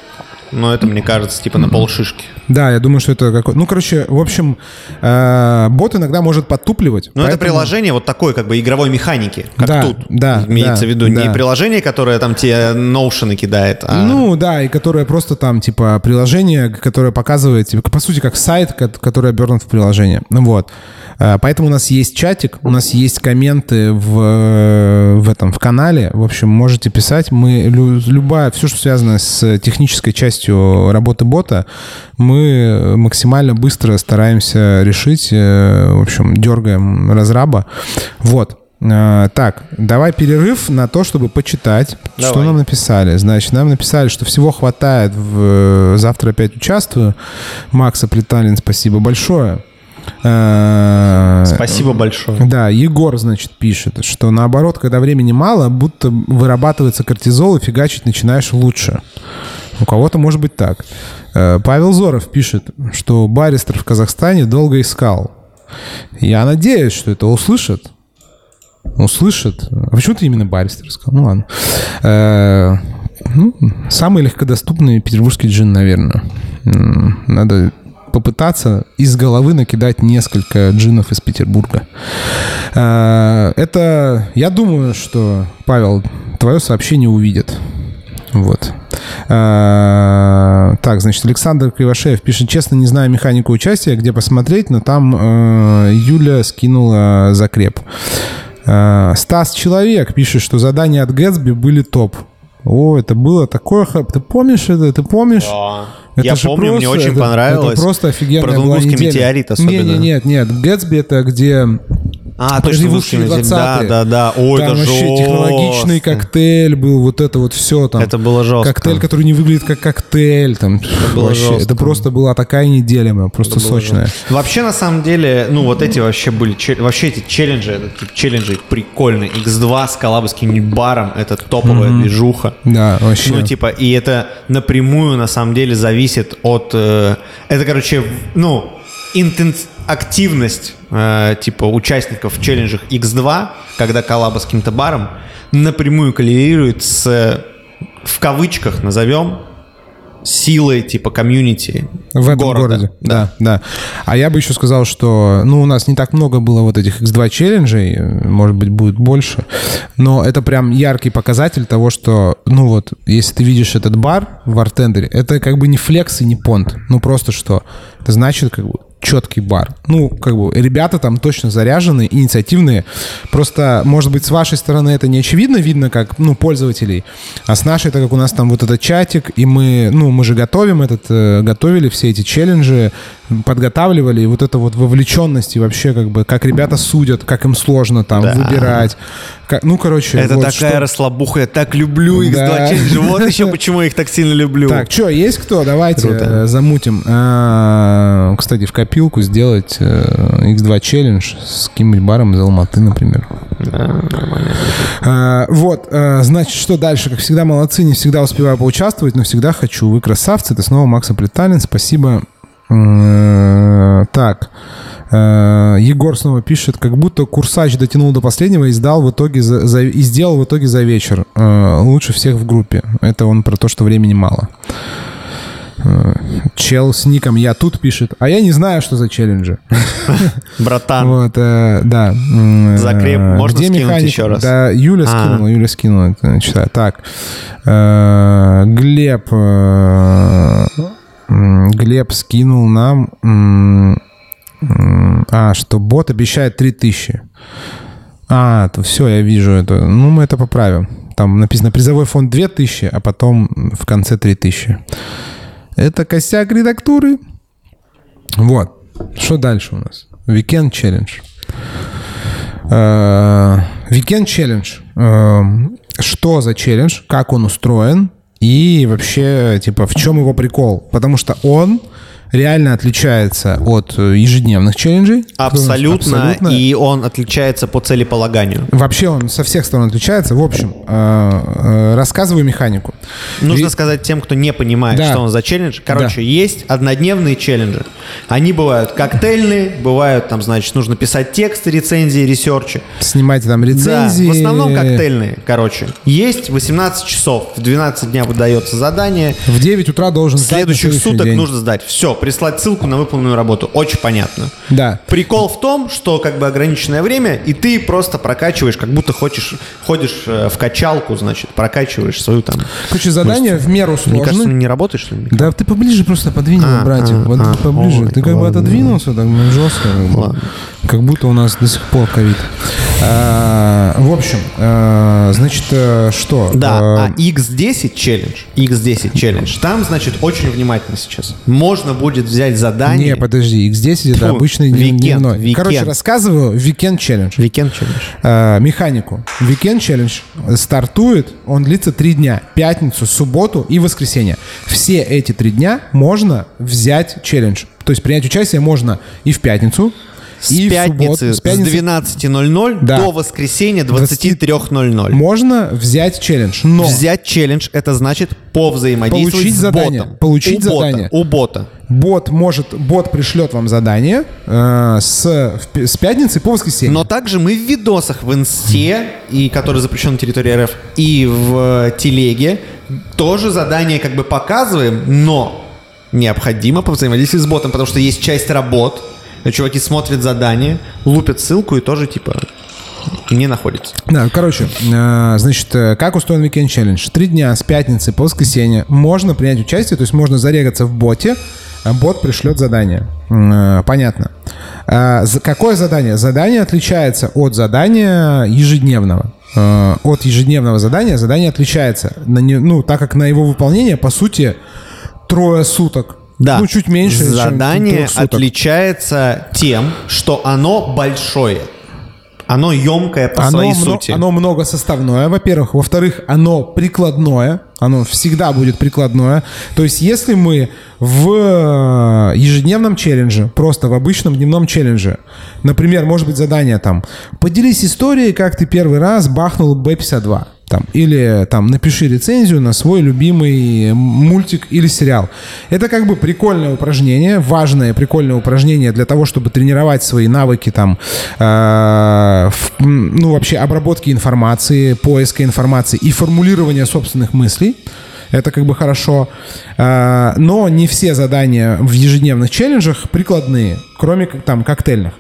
но это, мне кажется, типа на полшишки. Да, я думаю, что это какой... Ну, короче, в общем, э, бот иногда может подтупливать. Но поэтому... это приложение вот такой, как бы, игровой механики, как да, тут. Да, имеется да, в виду да. не приложение, которое там тебе ноушены кидает, а... Ну, да, и которое просто там, типа, приложение, которое показывает, типа, по сути, как сайт, который обернут в приложение. Ну, вот. Поэтому у нас есть чатик, у нас есть комменты в, в этом, в канале. В общем, можете писать. Мы, любая, все, что связано с технической частью работы бота, мы максимально быстро стараемся решить. В общем, дергаем разраба. Вот. Так, давай перерыв на то, чтобы почитать, давай. Что нам написали. Значит, нам написали, что всего хватает. В... Завтра опять участвую. Макс Аплеталин, спасибо большое. Спасибо большое. Да, Егор, значит, пишет, что наоборот, когда времени мало, будто вырабатывается кортизол и фигачить начинаешь лучше. У кого-то может быть так. Павел Зоров пишет, что баристер в Казахстане долго искал. Я надеюсь, что это услышат. Услышат. А почему ты именно баристер сказал? Ну ладно. Ну, самый легкодоступный петербургский джин, наверное. Надо... попытаться из головы накидать несколько джинов из Петербурга. Это, я думаю, что, Павел, твое сообщение увидят. Вот. Так, значит, Александр Кривошеев пишет, честно, не знаю механику участия, где посмотреть, но там Юля скинула закреп. Стас Человек пишет, что задания от Гэтсби были топ. О, это было такое... Ты помнишь это? Ты помнишь? Да. Это я помню, просто, мне очень это, понравилось. Это просто офигенная Про Тунгусский метеорит особенно. Нет, нет, нет. Гэтсби — это где... А, точно, Тунгусский метеорит. Да, да, да. Ой, там это вообще жестко. Технологичный коктейль был, вот это вот все там. Это было жестко. Коктейль, который не выглядит как коктейль. Там, это было вообще, жестко. Это просто была такая неделимая, просто это сочная. Вообще, на самом деле, ну, вот эти вообще были... Вообще эти челленджи, это тип челленджи прикольные. икс два с коллабовским баром, это топовая mm-hmm. движуха. Да, вообще. Ну, типа, и это напрямую, на самом деле, зависит от... Э, это, короче, ну, интенс... активность э, типа участников в челленджах икс два, когда коллаба с каким-то баром, напрямую коррелирует с, в кавычках назовем, силой типа комьюнити в этом города. городе. Да. да, да. А я бы еще сказал, что ну, у нас не так много было вот этих икс два челленджей, может быть, будет больше, но это прям яркий показатель того, что, ну вот, если ты видишь этот бар в бартендере, это как бы не флекс и не понт, ну просто что? Это значит, как бы, четкий бар. Ну, как бы, ребята там точно заряженные, инициативные. Просто, может быть, с вашей стороны это не очевидно видно, как, ну, пользователей, а с нашей, так как у нас там вот этот чатик, и мы, ну, мы же готовим этот, э, готовили все эти челленджи, подготавливали, и вот эта вот вовлеченность, и вообще, как бы, как ребята судят, как им сложно там да. выбирать. Как, ну, короче... Это вот, такая что... расслабуха, я так люблю икс два да. челленджи. Вот еще почему я их так сильно люблю. Так, что, есть кто? Давайте Круто. замутим. А, кстати, в копилку сделать икс два челлендж с каким-нибудь баром из Алматы, например. Да, нормально. А, вот, а, значит, что дальше? Как всегда, молодцы, не всегда успеваю поучаствовать, но всегда хочу. Вы красавцы. Это снова Макс Аплеталин. Спасибо. А, так. Егор снова пишет, как будто Курсач дотянул до последнего и сдал в итоге за, за, и сделал в итоге за вечер. Лучше всех в группе. Это он про то, что времени мало. Чел с ником «Я тут» пишет, а я не знаю, что за челленджи. Братан. Вот, э, да. Закреп. Можно Где скинуть механик? еще раз? Да, Юля А. скинула, Юля скинула. Читаю. Так. Э, Глеб. Э, Глеб скинул нам... А, что бот обещает три тысячи. А, то все, я вижу это. Ну, мы это поправим. Там написано призовой фонд две тысячи, а потом в конце три тысячи. Это косяк редактуры. Вот. Что дальше у нас? Weekend Challenge. Weekend Challenge. Что за челлендж? Как он устроен? И вообще, типа, в чем его прикол? Потому что он реально отличается от ежедневных челленджей. Абсолютно, Абсолютно. И он отличается по целеполаганию. Вообще он со всех сторон отличается. В общем, рассказываю механику. Нужно и... сказать тем, кто не понимает, да. что он за челлендж. Короче, да. есть однодневные челленджи. Они бывают коктейльные, бывают там, значит, нужно писать тексты, рецензии, ресерчи. Снимать там рецензии. Да, в основном коктейльные, короче. Есть восемнадцать часов, в двенадцать дня выдается задание. В девять утра должен сдать. Следующих суток день. нужно сдать. Все, прислать ссылку на выполненную работу. Очень понятно. Да. Прикол в том, что как бы ограниченное время, и ты просто прокачиваешь, как будто хочешь, ходишь в качалку, значит, прокачиваешь свою там... Короче, задание в меру сложное. Мне кажется, не работаешь, что ли? Да ты поближе просто подвинь его, а, братик. А, вот а, поближе. Ой, ты как ладно. бы отодвинулся так жестко. Ладно. Как будто у нас до сих пор ковид. А, в общем, а, значит, что? Да, а, а икс десять челлендж, икс десять челлендж, там, значит, очень внимательно сейчас. Можно будет взять задание... Не, подожди, икс десять это обычный дневной. Weekend. Короче, рассказываю Weekend Challenge. Weekend Challenge. А, механику. Weekend Challenge стартует, он длится три дня. Пятницу, субботу и воскресенье. Все эти три дня можно взять челлендж. То есть принять участие можно и в пятницу, С и пятницы, с, пятницы, с двенадцати ноль-ноль да. до воскресенья двадцати трёх ноль-ноль. Можно взять челлендж, но... Взять челлендж, это значит повзаимодействовать получить с задание, ботом. Получить у задание. Бота, у бота. Бот может, бот пришлет вам задание э, с, в, с пятницы по воскресенье. Но также мы в видосах в инсте, и, который запрещен на территории эр эф, и в телеге тоже задание как бы показываем, но необходимо повзаимодействовать с ботом, потому что есть часть работ, чуваки смотрят задание, лупят ссылку и тоже типа не находится. Да, короче, э, значит, как устроен Weekend Challenge? Три дня с пятницы по воскресенье можно принять участие, то есть можно зарегаться в боте, а бот пришлет задание. Э, понятно. Э, за, какое задание? Задание отличается от задания ежедневного. Э, от ежедневного задания задание отличается, на не, ну, так как на его выполнение, по сути, трое суток. Да. Ну, чуть меньше. Задание отличается тем, что оно большое. Оно емкое по оно своей мно, сути. Оно многосоставное, во-первых. Во-вторых, оно прикладное. Оно всегда будет прикладное. То есть, если мы в ежедневном челлендже, просто в обычном дневном челлендже, например, может быть задание там «Поделись историей, как ты первый раз бахнул бэ пятьдесят два». Там, или там напиши рецензию на свой любимый мультик или сериал. Это как бы прикольное упражнение, важное прикольное упражнение для того, чтобы тренировать свои навыки там, э, в, ну вообще обработки информации, поиска информации и формулирования собственных мыслей. Это как бы хорошо. Э, но не все задания в ежедневных челленджах прикладные, кроме там коктейльных.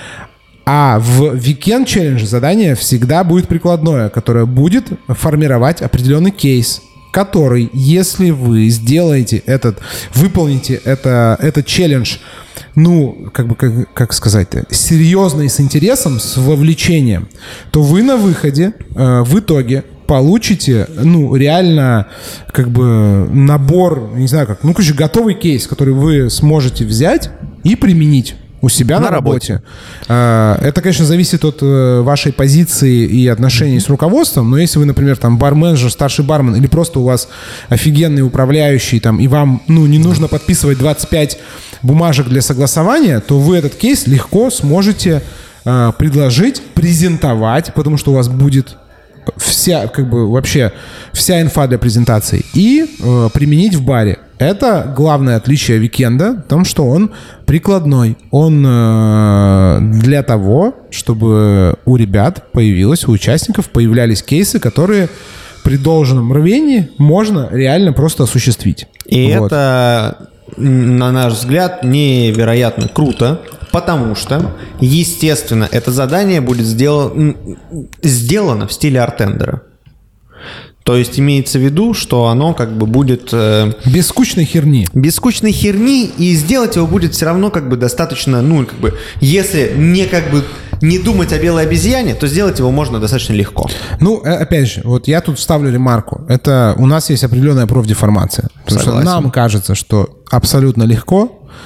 А в Weekend Challenge задание всегда будет прикладное, которое будет формировать определенный кейс, который, если вы сделаете этот, выполните это, этот челлендж, ну, как бы, как, как сказать, серьезно и с интересом, с вовлечением, то вы на выходе э, в итоге получите, ну, реально, как бы, набор, не знаю как, ну, короче, готовый кейс, который вы сможете взять и применить у себя на, на работе. работе. Это, конечно, зависит от вашей позиции и отношений mm-hmm. с руководством, но если вы, например, там бар-менеджер, старший бармен, или просто у вас офигенный управляющий, там, и вам, ну, не нужно подписывать двадцать пять бумажек для согласования, то вы этот кейс легко сможете э, предложить, презентовать, потому что у вас будет вся, как бы, вообще вся инфа для презентации, и э, применить в баре. Это главное отличие Викенда в том, что он прикладной. Он э, для того, чтобы у ребят появилось, у участников появлялись кейсы, которые при должном рвении можно реально просто осуществить. И вот. Это, на наш взгляд, невероятно круто, потому что, естественно, это задание будет сделано, сделано в стиле артендера. То есть имеется в виду, что оно как бы будет... Э, без скучной херни. Без скучной херни, и сделать его будет все равно как бы достаточно, ну, как бы, если не как бы не думать о белой обезьяне, то сделать его можно достаточно легко. Ну, опять же, вот я тут вставлю ремарку. Это у нас есть определенная профдеформация. Потому Согласен. Что нам кажется, что абсолютно легко.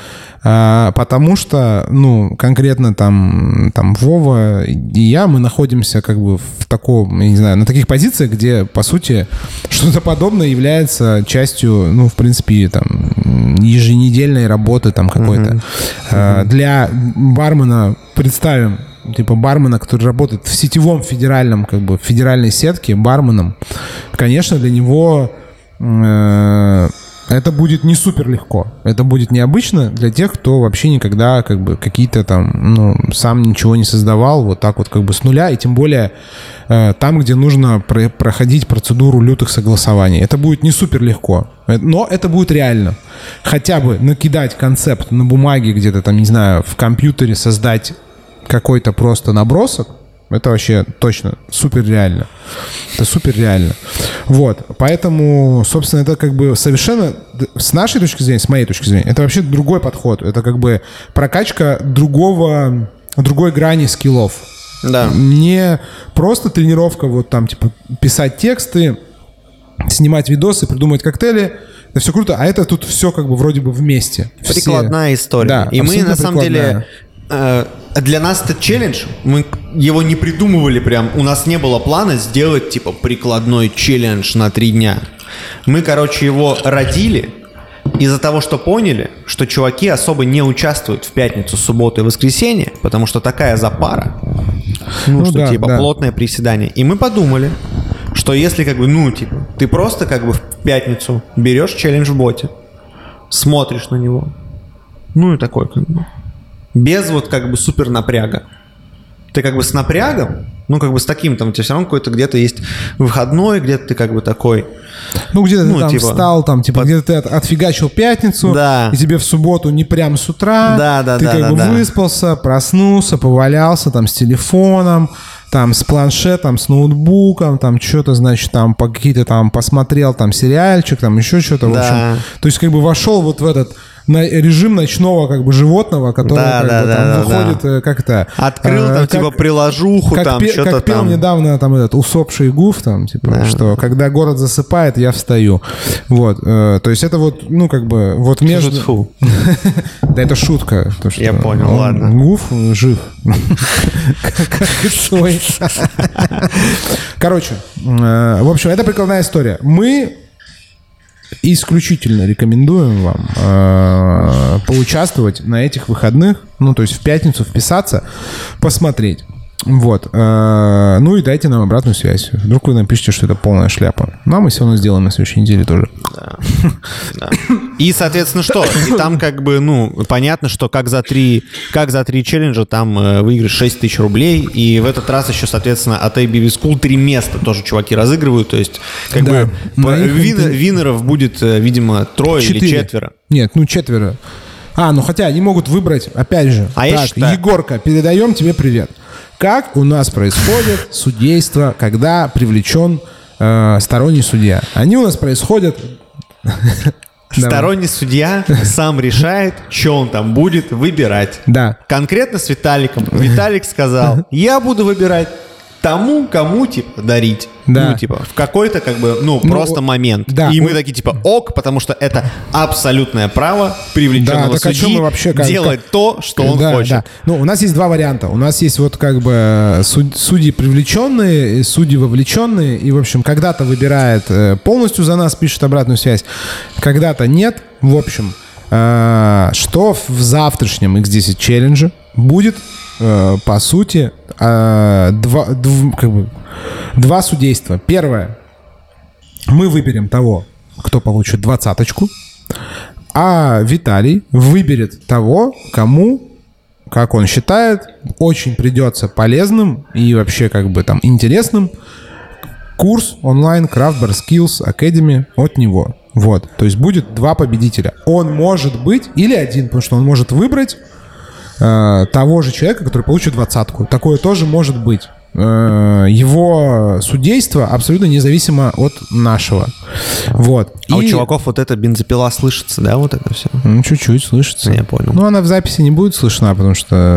А, потому что, ну, конкретно там, там Вова и я, мы находимся как бы в таком, я не знаю, на таких позициях, где, по сути, что-то подобное является частью, ну, в принципе, там, еженедельной работы там какой-то. Uh-huh. А, для бармена, представим, типа бармена, который работает в сетевом федеральном, как бы, федеральной сетке барменом, конечно, для него э, это будет не супер легко. Это будет необычно для тех, кто вообще никогда, как бы, какие-то там, ну, сам ничего не создавал, вот так вот, как бы, с нуля, и тем более э, там, где нужно про- проходить процедуру лютых согласований. Это будет не супер легко, но это будет реально. Хотя бы накидать концепт на бумаге где-то там, не знаю, в компьютере создать какой-то просто набросок, это вообще точно супер реально. Это супер реально. Вот. Поэтому, собственно, это как бы совершенно с нашей точки зрения, с моей точки зрения, это вообще другой подход. Это как бы прокачка другого, другой грани скиллов. Да. Не просто тренировка вот там, типа, писать тексты, снимать видосы, придумать коктейли. Это все круто, а это тут все как бы вроде бы вместе. Прикладная все... история. Да, и мы, на самом деле... Для нас это челлендж, мы его не придумывали прям, у нас не было плана сделать типа прикладной челлендж на три дня. Мы, короче, его родили из-за того, что поняли, что чуваки особо не участвуют в пятницу, субботу и воскресенье, потому что такая запара, ну, ну что да, типа да. плотное приседание. И мы подумали, что если как бы, ну типа, ты просто как бы в пятницу берешь челлендж в боте, смотришь на него, ну и такой как бы... Без вот как бы супер напряга. Ты как бы с напрягом, ну как бы с таким, там у тебя все равно какой-то где-то есть выходной, где-то ты как бы такой... Ну где-то ну, ты там типа, встал, там типа под... где-то ты от, отфигачил пятницу, да. и тебе в субботу не прям с утра, да, да, ты да, как да, бы да. выспался, проснулся, повалялся там с телефоном, там с планшетом, с ноутбуком, там что-то, значит, там по какие-то там посмотрел там сериальчик, там еще что-то, в да. общем. То есть как бы вошел вот в этот... на режим ночного как бы животного, который да, как да, бы, да, там да, выходит да. как-то... Открыл э, там как, типа приложуху, как там пе, что-то как пел там. недавно там этот усопший Гуф, там, типа, да. что когда город засыпает, я встаю. Вот. Э, то есть это вот, ну, как бы, вот между... Да это шутка. Я понял, ладно. Гуф жив. Как и свой. Короче, в общем, это прикладная история. Мы... исключительно рекомендуем вам э, поучаствовать на этих выходных, ну, то есть в пятницу вписаться, посмотреть. Вот. Э, ну и дайте нам обратную связь. Вдруг вы напишите, что это полная шляпа. Ну, а мы все равно сделаем на следующей неделе тоже. Да. Да. И, соответственно, что? И там как бы, ну, понятно, что как за три, как за три челленджа там э, выиграешь шесть тысяч рублей. И в этот раз еще, соответственно, от эй би ви School три места тоже чуваки разыгрывают. То есть, как да. бы, вин, винеров будет, видимо, трое четыре. Или четверо. Нет, ну четверо. А, ну хотя они могут выбрать, опять же. А так, я считаю... Егорка, передаем тебе привет. Как у нас происходит судейство, когда привлечен э, сторонний судья? Они у нас происходят... Сторонний судья сам решает, что он там будет выбирать. Да. Конкретно с Виталиком. Виталик сказал, я буду выбирать тому, кому, типа, дарить. Да. Ну, типа, в какой-то, как бы, ну, ну просто момент. Да. И мы такие, типа, ок, потому что это абсолютное право привлеченного да, судьи вообще, как, делать как... то, что он да, хочет. Да. Ну, у нас есть два варианта. У нас есть вот как бы суд... судьи привлеченные, судьи вовлеченные. И, в общем, когда-то выбирает полностью за нас, пишет обратную связь. Когда-то нет. В общем, что в завтрашнем икс десять челлендже будет, по сути, два, дв, как бы, два судейства. Первое. Мы выберем того, кто получит двадцаточку, а Виталий выберет того, кому, как он считает, очень придется полезным и вообще как бы там интересным курс онлайн Craft Bar Skills Academy от него. Вот. То есть будет два победителя. Он может быть или один, потому что он может выбрать э, того же человека, который получит двадцатку. Такое тоже может быть. Э, его судейство абсолютно независимо от нашего. Вот. А И... у чуваков вот эта бензопила слышится, да, вот это все? Ну, чуть-чуть слышится. Я понял. Ну, она в записи не будет слышна, потому что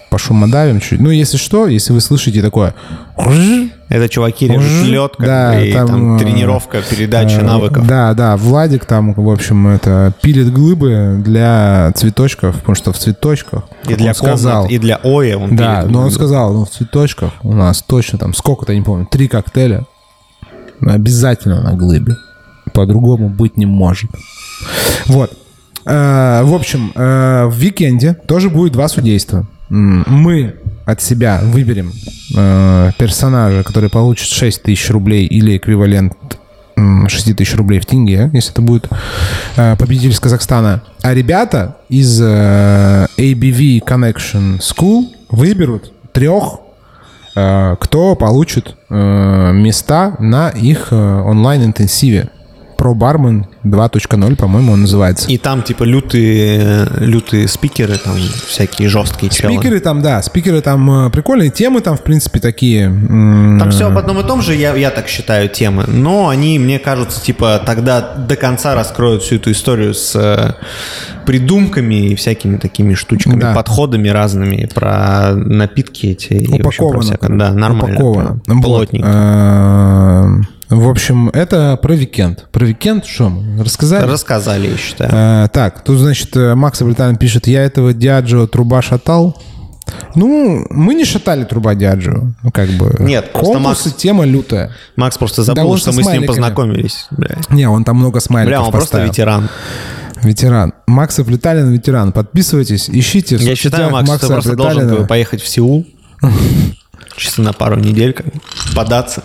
пошумодавим чуть. Ну, если что, если вы слышите такое... Это чуваки режут лед, как да, бы, и там, там тренировка, передача э, навыков. Да, да, Владик там, в общем, это пилит глыбы для цветочков, потому что в цветочках, И для он сказал, комнат, и для Оя он да, пилит но он глыбы. сказал, ну, в цветочках у нас точно там, сколько-то, не помню, три коктейля обязательно на глыбе. По-другому быть не может. Вот. Э, в общем, э, в Викенде тоже будет два судейства. М, Мы от себя выберем э, персонажа, который получит шесть тысяч рублей или эквивалент м, шесть тысяч рублей в тенге, если это будет э, победитель из Казахстана. А ребята из э, эй би ви Connection School выберут трех, э, кто получит э, места на их э, онлайн-интенсиве. Про бармен два точка ноль, по-моему, он называется. И там, типа, лютые, лютые спикеры, там, всякие жесткие челы. Спикеры там, да, спикеры там э, прикольные, темы там, в принципе, такие... м, Там все об одном и том же, я, я так считаю, темы. Но они, мне кажется, типа, тогда до конца раскроют всю эту историю с э, придумками и всякими такими штучками, Да. подходами разными про напитки эти. и, в общем, про Упаковано. всякое. Да, нормально. Упаковано. прям, Вот. Плотненько. Э, В общем, это про Викенд. Про Викенд что мы рассказали? Рассказали, я считаю. Э, так, тут, значит, э, Макс Абритан пишет, я этого Диаджо труба шатал. Ну, мы не шатали труба Диаджо. Ну, как бы. Нет, просто конкурсы, Макс- тема лютая. Макс просто Да забыл, он что со мы с ним смайликами. познакомились. Бля, Не, он там много смайликов Бля он просто поставил. ветеран. Ветеран. Макс Аплеталин, ветеран. Подписывайтесь, ищите. в Я считаю, соцсетях Макс, Макса ты просто должен Аплеталина. поехать в Сеул. Чисто на пару недель, как бы, податься.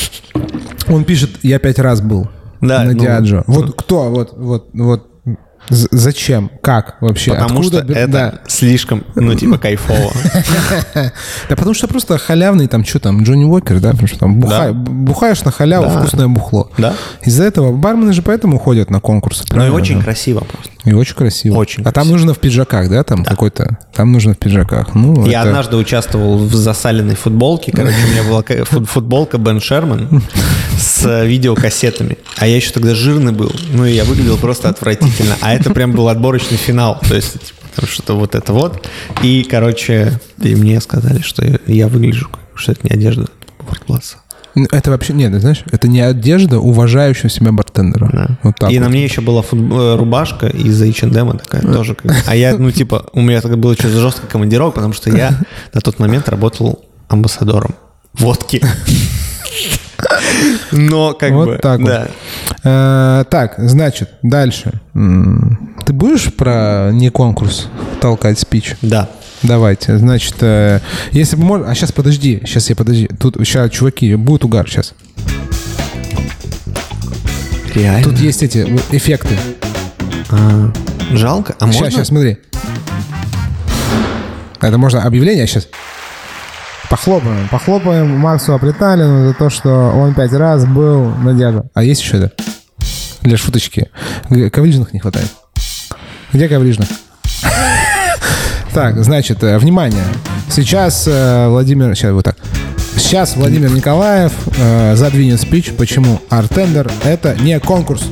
Он пишет, я пять раз был Да, на ну, Диаджо. Вот кто? Вот, вот, вот. З- Зачем? Как вообще? Потому Откуда? что бе- это Да. слишком, ну, типа, кайфово. Да потому что просто халявный там, что там, Джонни Уокер, да? Потому что там бухай- Да. бухаешь на халяву, Да. вкусное бухло. Да. Из-за этого бармены же поэтому ходят на конкурсы. Ну и правильно, очень да? красиво просто. И очень красиво. Очень А там красиво. нужно в пиджаках, да? Там какой-то... Там нужно в пиджаках. Ну, Я это- однажды участвовал в засаленной футболке. Короче, у меня была ка- фут- футболка Бен Шерман с э, видеокассетами. А я еще тогда жирный был. Ну и я выглядел просто отвратительно. А это прям был отборочный финал. То есть, типа, там что-то вот это вот. И, короче, и мне сказали, что я, я выгляжу, как- что это не одежда world-класса. Ну, это вообще... Нет, знаешь, это не одежда уважающего себя бартендера. Да. Вот так И вот. на мне еще была фут- э, рубашка из эйч энд эм такая тоже. как бы. А я, ну, типа, у меня тогда было что-то жесткая командировка, потому что я на тот момент работал амбассадором водки. Но как Вот бы, так вот. да. Э, Так, значит, дальше. М, Ты будешь про не конкурс толкать спич? Да. Давайте. Значит, э, если бы можно... А сейчас подожди, сейчас я подожди. Тут сейчас, чуваки, будет угар сейчас. Реально. Тут есть эти эффекты. А, жалко. А можно? Сейчас, сейчас, смотри. Это можно объявление сейчас. Похлопаем. Похлопаем Максу Аплеталину за то, что он пять раз был на Диаджо. А есть еще это? Для шуточки. Г- Коврижных не хватает. Где коврижных? Так, значит, э, внимание. Сейчас э, Владимир... Сейчас вот так. Сейчас Владимир Николаев э, задвинет спич, почему Артендер — это не конкурс.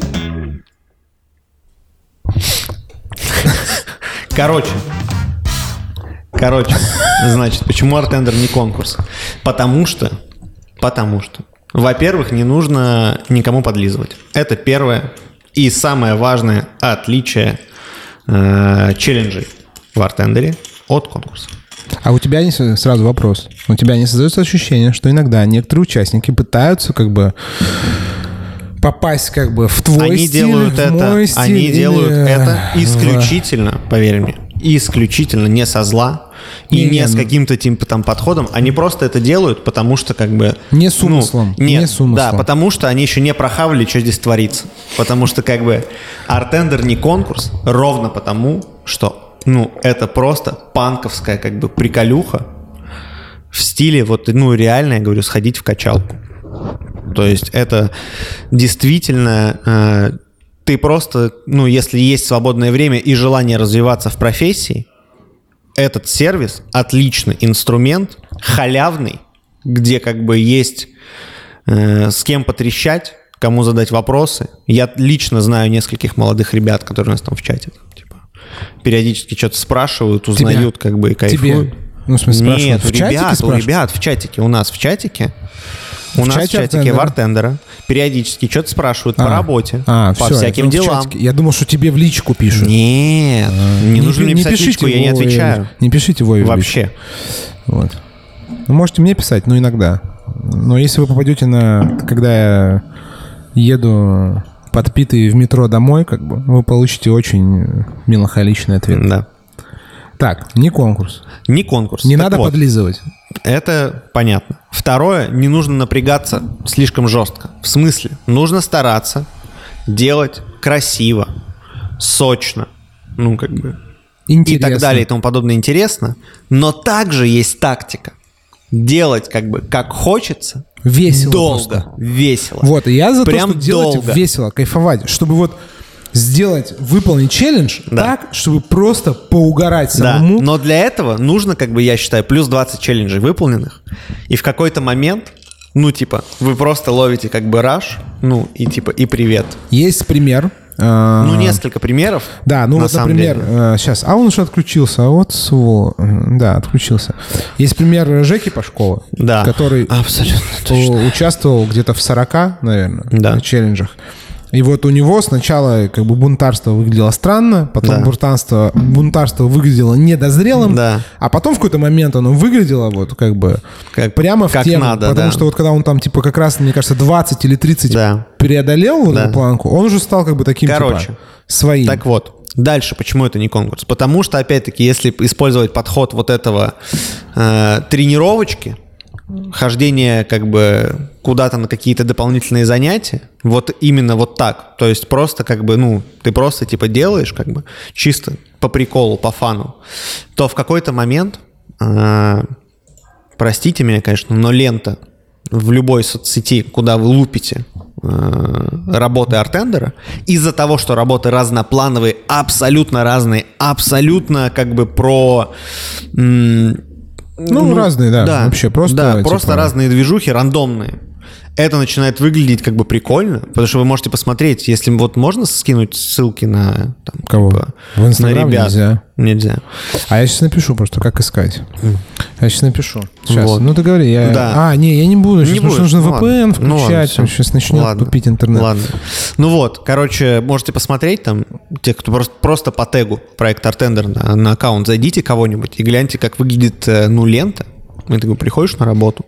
Короче. Короче. Значит, почему Артендер не конкурс? Потому что... Потому что... Во-первых, не нужно никому подлизывать. Это первое и самое важное отличие э, челленджей в Артендере от конкурса. А у тебя не, сразу вопрос. У тебя не создается ощущение, что иногда некоторые участники пытаются как бы попасть как бы в твой Они стиль, делают в это, мой стиль? они или делают это в- исключительно, поверь мне, исключительно не со зла и Не, не, не, с ну- каким-то типа там подходом. Они просто это делают, потому что как бы... Не с умыслом, Ну, нет, не с умыслом. да, потому что они еще не прохавали, что здесь творится. Потому что как бы Артендер не конкурс ровно потому, что ну это просто панковская как бы приколюха в стиле вот, ну реально, я говорю, сходить в качалку. То есть это действительно... э, ты просто, ну, если есть свободное время и желание развиваться в профессии, этот сервис отличный инструмент, халявный, где как бы есть э, с кем потрещать, кому задать вопросы. Я лично знаю нескольких молодых ребят, которые у нас там в чате там, типа, периодически что-то спрашивают, узнают, Тебя? как бы и кайфуют. Тебе? Ну, в смысле, Нет, спрашивают, в у чатике ребят, у спрашивают? ребят в чатике, у нас в чатике. У В нас чате в чатике Артендера? вартендера периодически что-то спрашивают А, по работе, а, по всё, всяким это в делам. чатике. Я думал, что тебе в личку пишут. Нет, не нужно мне писать личку, я не Вове, отвечаю. Не пишите Вове в личку. Вообще. Вот. Ну, можете мне писать, но иногда. Но если вы попадете на... Когда я еду подпитый в метро домой, как бы, вы получите очень меланхоличный ответ. Да. Так, не конкурс. Не конкурс. Не Так надо вот, подлизывать. Это понятно. Второе, не нужно напрягаться слишком жестко. В смысле, нужно стараться делать красиво, сочно, ну, как бы, Интересно. и так далее, и тому подобное интересно. Но также есть тактика. Делать как бы как хочется. Весело Долго, просто. весело. Вот, и я за Прям то, что делать долго. весело, кайфовать. Чтобы вот сделать, выполнить челлендж Да. так, чтобы просто поугарать Да, самому. но для этого нужно, как бы, я считаю, плюс двадцать челленджей выполненных. И в какой-то момент, ну, типа, вы просто ловите как бы раш, ну, и типа, и привет. Есть пример. э, Ну, несколько примеров. Да, ну на вот, самом например, деле. э, сейчас, а он уже отключился, а вот свол, э, да, отключился. Есть пример Жеки Пашкова, Да. который Абсолютно у- участвовал где-то в сорока, наверное, Да. челленджах. И вот у него сначала как бы бунтарство выглядело странно, потом Да. бунтарство, бунтарство выглядело недозрелым, Да. а потом в какой-то момент оно выглядело вот как бы Как- прямо в как тему. надо, потому да. что вот когда он там типа как раз, мне кажется, двадцать или тридцать Да. преодолел вот Да. эту планку, он уже стал как бы таким Короче, типа своим. Так вот, дальше почему это не конкурс? Потому что, опять-таки, если использовать подход вот этого э, тренировочки, хождение как бы куда-то на какие-то дополнительные занятия, вот именно вот так, то есть просто как бы, ну, ты просто типа делаешь как бы чисто по приколу, по фану, то в какой-то момент, э, простите меня, конечно, но лента в любой соцсети, куда вы лупите э, работы артендера, из-за того, что работы разноплановые, абсолютно разные, абсолютно как бы про... м, Ну, разные, да, вообще просто, Да, типа- просто разные движухи, рандомные. Это начинает выглядеть как бы прикольно, потому что вы можете посмотреть, если вот можно скинуть ссылки на там, Кого? типа, В Инстаграм на ребят. нельзя. Нельзя. А я сейчас напишу просто, как искать. Я сейчас напишу. Сейчас. Вот. Ну, ты говори. Я... Да. А, не, я не буду. Сейчас Не будешь? нужно Ну ви пи эн ладно. Ну ладно, включать. всё. Сейчас начнет Ладно. тупить интернет. Ладно. Ну вот, короче, можете посмотреть там, те, кто просто, просто по тегу проект Артендер на, на аккаунт, зайдите кого-нибудь и гляньте, как выглядит, э, ну, лента. И ты приходишь на работу,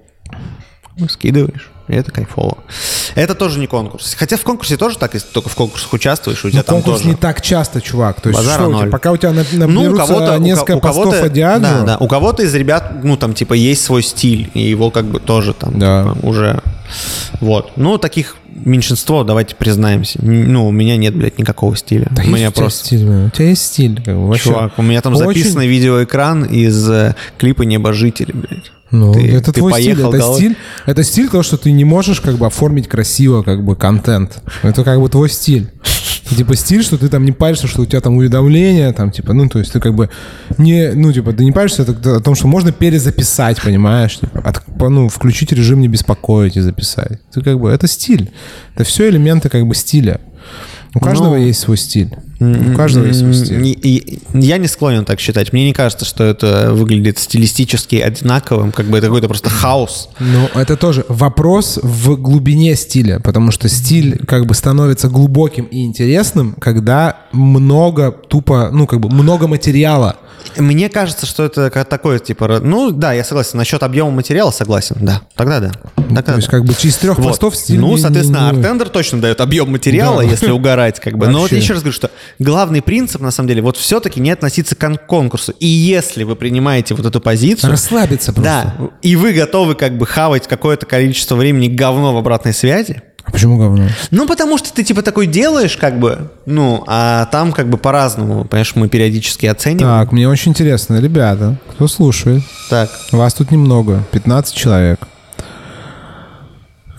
скидываешь, и это кайфово. Это тоже не конкурс. Хотя в конкурсе тоже так, если ты только в конкурсах участвуешь, у тебя Но там конкурс тоже... не так часто, чувак. То есть, Базара что у тебя? ноль. Пока у тебя на- Ну, у наберутся кого-то, у несколько ко- у постов кого-то, о Диаджо. да, да, у кого-то из ребят, ну, там, типа, есть свой стиль, и его как бы тоже там Да. типа, уже... Вот. Ну, таких меньшинство, давайте признаемся. Н- Ну, у меня нет, блядь, никакого стиля. Да у есть меня у тебя просто... стиль, блин. У тебя есть стиль. как бы, вообще. Чувак, у меня там Очень- записанный видеоэкран из э, клипа «Небожители», блядь. Ну, Ты- это ты твой стиль, поехал это головой. стиль, это стиль того, что ты не можешь как бы оформить красиво как бы контент. Это как бы твой стиль. Типа стиль, что ты там не паришься, что у тебя там уведомления, там типа, ну то есть ты как бы не, ну типа ты не паришься о том, что можно перезаписать, понимаешь, типа, от- ну включить режим не беспокоить и записать. Ты как бы это стиль, это все элементы как бы стиля. У каждого Ну, есть свой стиль. У каждого есть свой стиль. И- и- я не склонен так считать. Мне не кажется, что это выглядит стилистически одинаковым, как бы это какой-то просто хаос. Ну, это тоже вопрос в глубине стиля, потому что стиль как бы становится глубоким и интересным, когда много тупо, ну, как бы много материала. Мне кажется, что это как такое, типа, ра- ну да, я согласен. Насчет объема материала согласен, да. Тогда да. Тогда То есть да. как бы через трех Вот. постов стиль... Ну, не- соответственно, не- не- Артендер точно дает объем материала, Да. если угорать, как бы. Но вот Вообще. еще раз говорю, что главный принцип, на самом деле, вот все-таки не относиться к кон- конкурсу. И если вы принимаете вот эту позицию... Расслабиться просто. Да, и вы готовы как бы хавать какое-то количество времени говно в обратной связи, А почему говно? ну, потому что ты типа такой делаешь, как бы, ну, а там как бы по-разному, понимаешь, мы периодически оцениваем. Так, мне очень интересно, ребята, кто слушает, Так. вас тут немного, пятнадцать человек.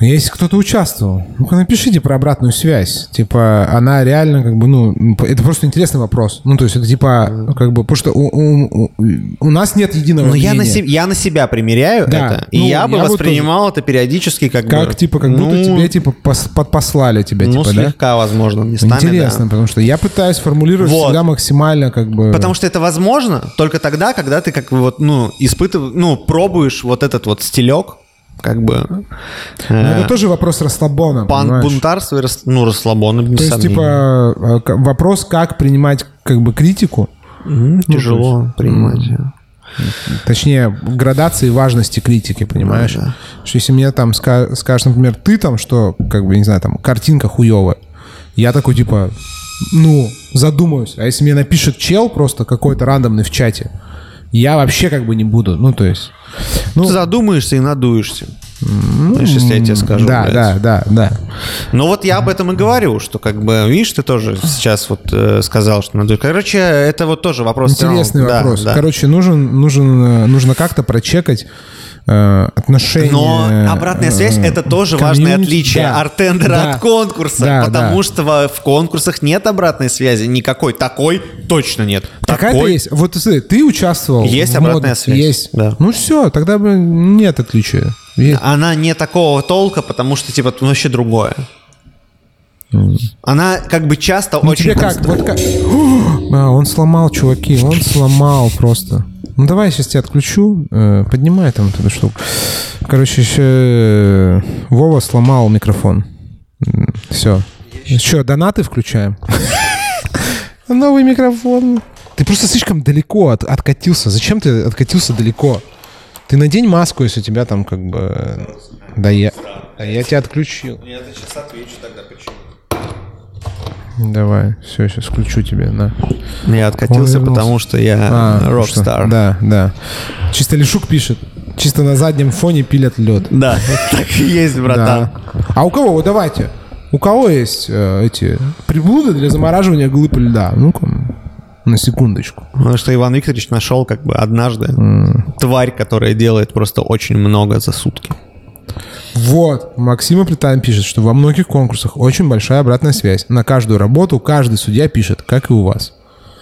Если кто-то участвовал, ну-ка напишите про обратную связь. Типа, она реально как бы, ну, это просто интересный вопрос. Ну, то есть это типа, как бы, потому что у, у, у нас нет единого Но мнения. я на, се- я на себя примеряю Да. это, и Ну, я бы я вот воспринимал это периодически как, Как, бы... типа, как ну, будто тебе, типа, пос- подпослали тебя, Ну, типа, да? слегка, возможно, местами, Интересно, да. потому что я пытаюсь формулировать Вот. всегда максимально, как бы... Потому что это возможно только тогда, когда ты как бы вот, ну, испытываешь, ну, пробуешь вот этот вот стилек, как бы... Но э, это тоже вопрос расслабона, панк, понимаешь? бунтарство и рас- ну, расслабон, без То есть, сомнений. типа, э, к- вопрос, как принимать, как бы, критику. Мгм, тяжело то есть, принимать. Точнее, градации важности критики, понимаешь? Да, да. Что если мне там ска- скажешь, например, ты там, что, как бы, не знаю, там, картинка хуевая, я такой, типа, ну, задумаюсь. А если мне напишет чел просто какой-то рандомный в чате, я вообще как бы не буду. Ну, то есть... Ну, Ты задумаешься и надуешься. Знаешь, если я тебе скажу. да, блядь. да, да, да. Ну вот я об этом и говорю, что как бы, видишь, ты тоже сейчас вот э, сказал, что надо... Короче, это вот тоже вопрос... всё равно. Интересный Да, вопрос. да. Короче, нужен, нужен, э, нужно как-то прочекать э, отношения... Но обратная связь э, это тоже важное комьюнити. отличие Да. артендера Да. от конкурса, Да, потому да. что во- в конкурсах нет обратной связи никакой. Такой точно нет. Какая-то Такой есть. Вот смотри, ты участвовал. Есть в обратная мод- связь. Есть. Да. Ну все, тогда бы нет отличия. Есть. Она не такого толка, потому что типа ну, вообще другое. Она как бы часто Ну очень... тебе как? конст- Вот как? А, он сломал, чуваки, он сломал просто. Ну давай я сейчас тебя отключу. Э, поднимай там вот эту штуку. Короче, еще э, Вова сломал микрофон. Все. Что, донаты включаем? Новый микрофон. Ты просто слишком далеко от, откатился. Зачем ты откатился далеко? Ты надень маску, если у тебя там как бы... Да я, да я тебя отключил. Я сейчас отвечу тогда, почему. Давай, все, сейчас включу тебе, на. Я откатился, Он вернулся. потому что я А, рок-стар. что? Да, да. Чисто Лешук пишет. Чисто на заднем фоне пилят лед. Да, так и есть, братан. Да. А у кого? Вот давайте. У кого есть э, эти приблуды для замораживания глыб льда? Ну-ка, на секундочку. Потому что Иван Викторович нашел как бы однажды тварь, которая делает просто очень много за сутки. Вот, Максим Аплетайн пишет, что во многих конкурсах очень большая обратная связь. На каждую работу каждый судья пишет, как и у вас.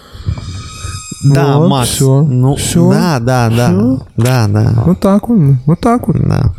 Да, Вот, Макс. всё, Ну, всё, да, да, да. всё. Да, да. Вот так вот, вот так вот. Да.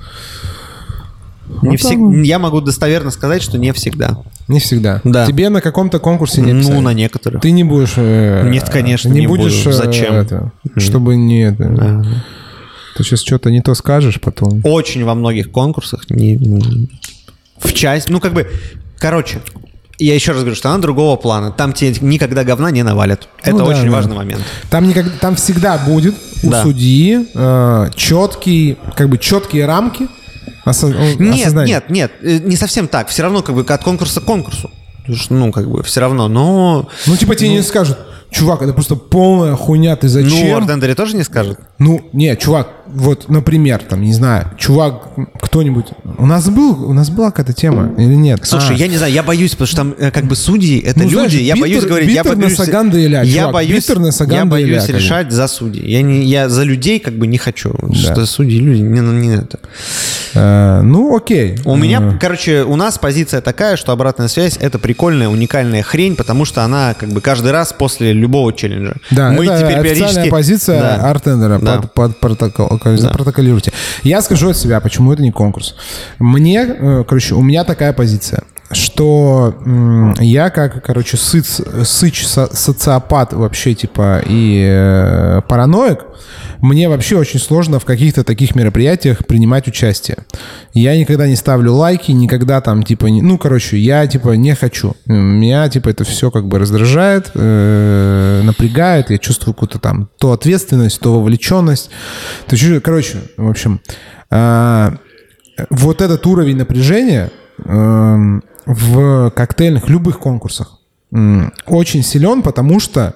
Не Вот так всег- вот. Я могу достоверно сказать, что не всегда. Не всегда. Да. Тебе на каком-то конкурсе не Ну, писали? на некоторых. Ты не будешь... э, Нет, конечно, не не будешь... буду. э, Зачем? это, чтобы не... это, Да. Ты сейчас что-то не то скажешь потом. Очень во многих конкурсах не, не- в часть, ну как бы, короче, я еще раз говорю, что она другого плана. Там тебе никогда говна не навалят. Это Ну да, очень да. важный момент. Там, никогда, там всегда будет у Да. судьи э, четкий, как бы четкие рамки осо- Нет, осознания. нет, нет, э, не совсем так. Все равно как бы от конкурса к конкурсу. Потому что, ну, как бы, все равно, но... Ну, типа тебе не скажут, чувак, это просто полная хуйня, ты Ну, зачем? Артендере тоже не скажет. Ну, не, чувак, вот, например, там, не знаю, чувак, кто-нибудь... У нас был, у нас была какая-то тема или нет? Слушай, А, я не знаю, я боюсь, потому что там э, как бы судьи, это Ну, люди, знаешь, я битер- боюсь говорить, я битер на боюсь, Саганда Иля, я чувак, боюсь, битер на я Саганда боюсь Иля, как бы. решать за судей. Я, не, я за людей как бы не хочу, что судьи, люди, не, не это. э, ну, окей. У меня, короче, у нас позиция такая, что обратная связь — это прикольная, уникальная хрень, потому что она как бы каждый раз после любого челленджа. Да, Мы это теперь официальная периодически... позиция Да. артендера. Да. Под, под протокол, запротоколируйте. Я скажу от себя, почему это не конкурс. Мне, э, короче, у меня такая позиция, что м, я как, короче, сыц, сыч, со- социопат вообще, типа, и э, параноик, мне вообще очень сложно в каких-то таких мероприятиях принимать участие. Я никогда не ставлю лайки, никогда там, типа, не, ну, короче, я, типа, не хочу. Меня, типа, это все как бы раздражает, э, напрягает, я чувствую какую-то там то ответственность, то вовлеченность. То есть, короче, в общем, э, вот этот уровень напряжения э, в коктейльных, любых конкурсах э, очень силен, потому что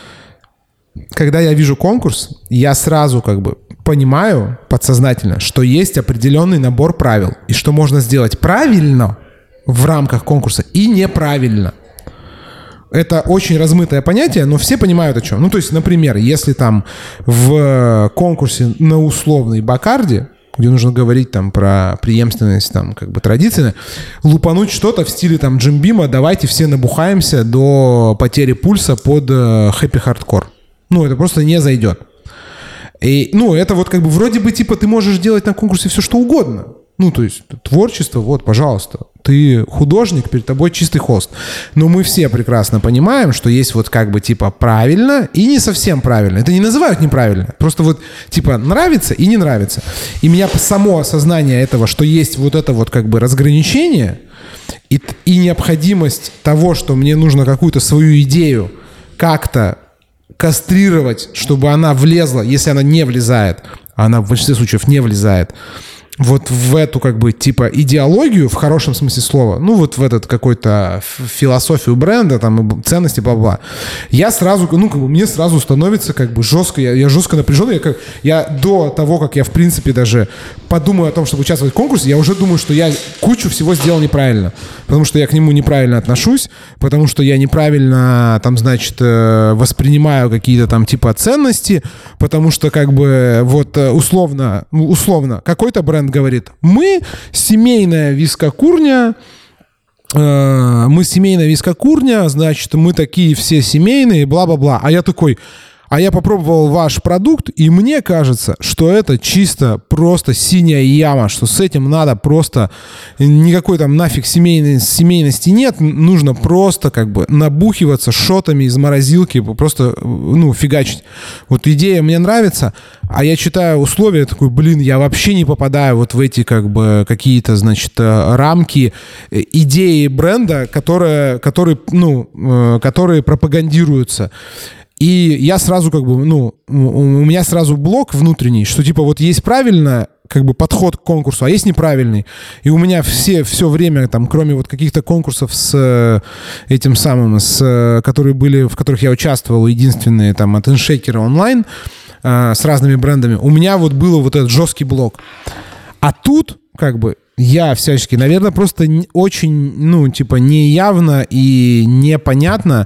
когда я вижу конкурс, я сразу как бы понимаю подсознательно, что есть определенный набор правил, и что можно сделать правильно в рамках конкурса и неправильно. Это очень размытое понятие, но все понимают о чем. Ну, то есть, например, если там в конкурсе на условной Бакарди где нужно говорить там про преемственность там как бы традиции, лупануть что-то в стиле там Джим Бима, давайте все набухаемся до потери пульса под хэппи-хардкор. Ну, это просто не зайдет. И, ну, это вот как бы вроде бы типа ты можешь делать на конкурсе все что угодно. Ну, то есть творчество, вот, пожалуйста. Ты художник, перед тобой чистый холст. Но мы все прекрасно понимаем, что есть вот как бы типа правильно и не совсем правильно. Это не называют неправильно. Просто вот типа нравится и не нравится. И меня само осознание этого, что есть вот это вот как бы разграничение и, и необходимость того, что мне нужно какую-то свою идею как-то кастрировать, чтобы она влезла, если она не влезает, а она в большинстве случаев не влезает, вот в эту как бы типа идеологию в хорошем смысле слова, ну вот в этот какой-то философию бренда, там ценности, бла-бла, я сразу, ну как бы мне сразу становится как бы жестко, я, я жестко напряженный, я, как, я до того, как я в принципе даже подумаю о том, чтобы участвовать в конкурсе, я уже думаю, что я кучу всего сделал неправильно, потому что я к нему неправильно отношусь, потому что я неправильно там, значит, воспринимаю какие-то там типа ценности, потому что как бы вот условно, условно какой-то бренд говорит, мы семейная вискокурня, э, мы семейная вискокурня, значит, мы такие все семейные, бла-бла-бла. А я такой, а я попробовал ваш продукт, и мне кажется, что это чисто просто синяя яма, что с этим надо просто, никакой там нафиг семейной, семейности нет, нужно просто как бы набухиваться шотами из морозилки, просто, ну, фигачить. Вот идея мне нравится, а я читаю условия, такой, блин, я вообще не попадаю вот в эти как бы какие-то, значит, рамки идеи бренда, которые, которые, ну, которые пропагандируются. И я сразу как бы, ну, у меня сразу блок внутренний, что типа вот есть правильно как бы подход к конкурсу, а есть неправильный. И у меня все, все время, там, кроме вот каких-то конкурсов с этим самым, с, которые были, в которых я участвовал, единственные там от InShaker онлайн, э, с разными брендами, у меня вот был вот этот жесткий блок. А тут как бы я всячески, наверное, просто очень, ну, типа, неявно и непонятно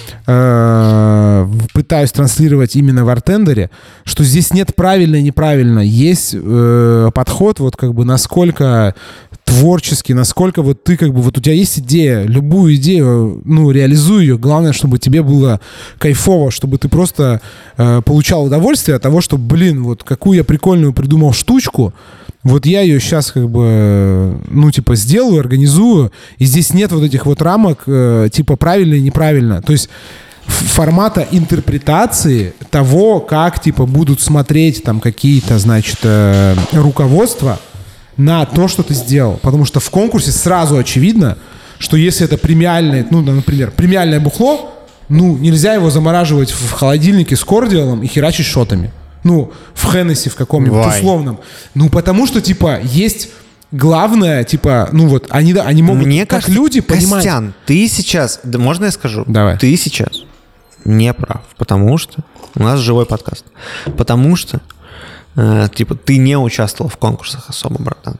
э, пытаюсь транслировать именно в Артендере, что здесь нет правильно и неправильно. Есть э, подход, вот как бы насколько творчески, насколько вот ты как бы, вот у тебя есть идея, любую идею, ну, реализуй ее. Главное, чтобы тебе было кайфово, чтобы ты просто э, получал удовольствие от того, что, блин, вот какую я прикольную придумал штучку, вот я ее сейчас как бы, ну, типа, сделаю, организую, и здесь нет вот этих вот рамок, э, типа, правильно и неправильно. То есть формата интерпретации того, как, типа, будут смотреть там какие-то, значит, э, руководства на то, что ты сделал. Потому что в конкурсе сразу очевидно, что если это премиальное, ну, например, премиальное бухло, ну, нельзя его замораживать в холодильнике с кордиалом и херачить шотами. Ну, в Хеннесси в каком-нибудь Why? условном. Ну, потому что, типа, есть главное, типа, ну вот, они, они могут, Мне как кажется, люди, понимать... Костян, ты сейчас, да, можно я скажу? Давай. Ты сейчас не прав, потому что у нас живой подкаст. Потому что, э, типа, ты не участвовал в конкурсах особо, братан.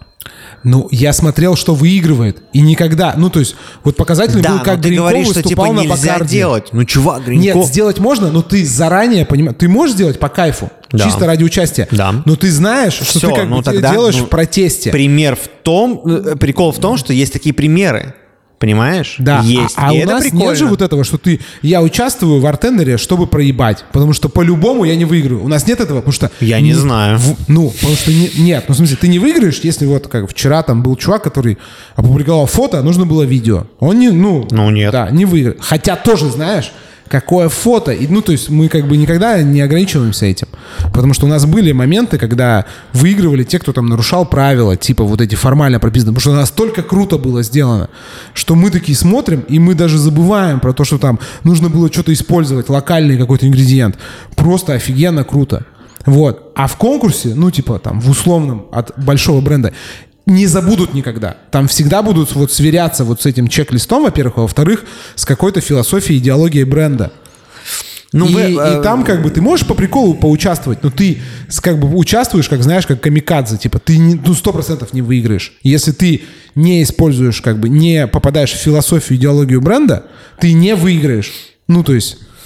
Ну, я смотрел, что выигрывает, и никогда, ну, то есть, вот показательный да, был, как ты Гринько говоришь, что, выступал типа, на нельзя Бакарди. делать. Ну, чувак, Гринько... Нет, сделать можно, но ты заранее понимаешь, ты можешь сделать по кайфу, да. чисто ради участия, да. но ты знаешь, что Все, ты как ну, бы тогда, делаешь ну, в протесте. Пример в том, прикол в том, что есть такие примеры. Понимаешь? Да, есть. а, а и у это нас прикольно. нет же вот этого, что ты... Я участвую в Артендере, чтобы проебать, потому что по-любому я не выиграю. У нас нет этого, потому что... Я не, не знаю. В, ну, потому что не, нет, ну, в смысле, ты не выиграешь, если вот как вчера там был чувак, который опубликовал фото, а нужно было видео. Он не, ну... Ну, нет. Да, не выиграет. Хотя тоже, знаешь... Какое фото. И, ну, то есть мы как бы никогда не ограничиваемся этим. Потому что у нас были моменты, когда выигрывали те, кто там нарушал правила, типа вот эти формально прописанные. Потому что настолько круто было сделано, что мы такие смотрим, и мы даже забываем про то, что там нужно было что-то использовать, локальный какой-то ингредиент. Просто офигенно круто. Вот. А в конкурсе, ну, типа там в условном от большого бренда, не забудут никогда. Там всегда будут вот сверяться вот с этим чек-листом, во-первых, а во-вторых, с какой-то философией, идеологией бренда. Ну, и, вы, и там как бы ты можешь по приколу поучаствовать, но ты как бы участвуешь, как знаешь, как камикадзе, типа ты ну сто процентов не выиграешь. Если ты не используешь, как бы не попадаешь в философию, идеологию бренда, ты не выиграешь. Ну, то есть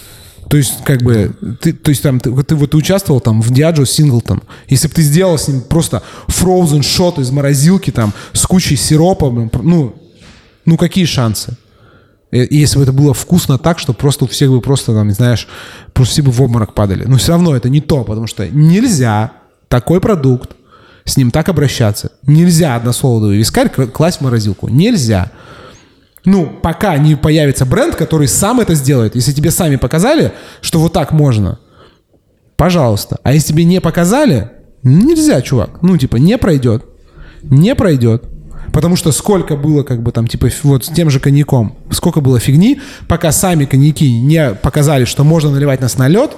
То есть, как бы, ты, то есть, там, ты, ты вот участвовал там в Diageo Singleton. Если бы ты сделал с ним просто frozen shot из морозилки там с кучей сиропа, ну, ну какие шансы? И если бы это было вкусно так, что просто у всех бы просто, там, знаешь, просто все бы в обморок падали. Но все равно это не то, потому что нельзя такой продукт, с ним так обращаться. Нельзя односолодовый вискарь класть в морозилку. Нельзя. Ну, пока не появится бренд, который сам это сделает. Если тебе сами показали, что вот так можно, пожалуйста. А если тебе не показали, нельзя, чувак. Ну, типа, не пройдет. Не пройдет. Потому что сколько было, как бы, там, типа, вот с тем же коньяком, сколько было фигни, пока сами коньяки не показали, что можно наливать нас на лед,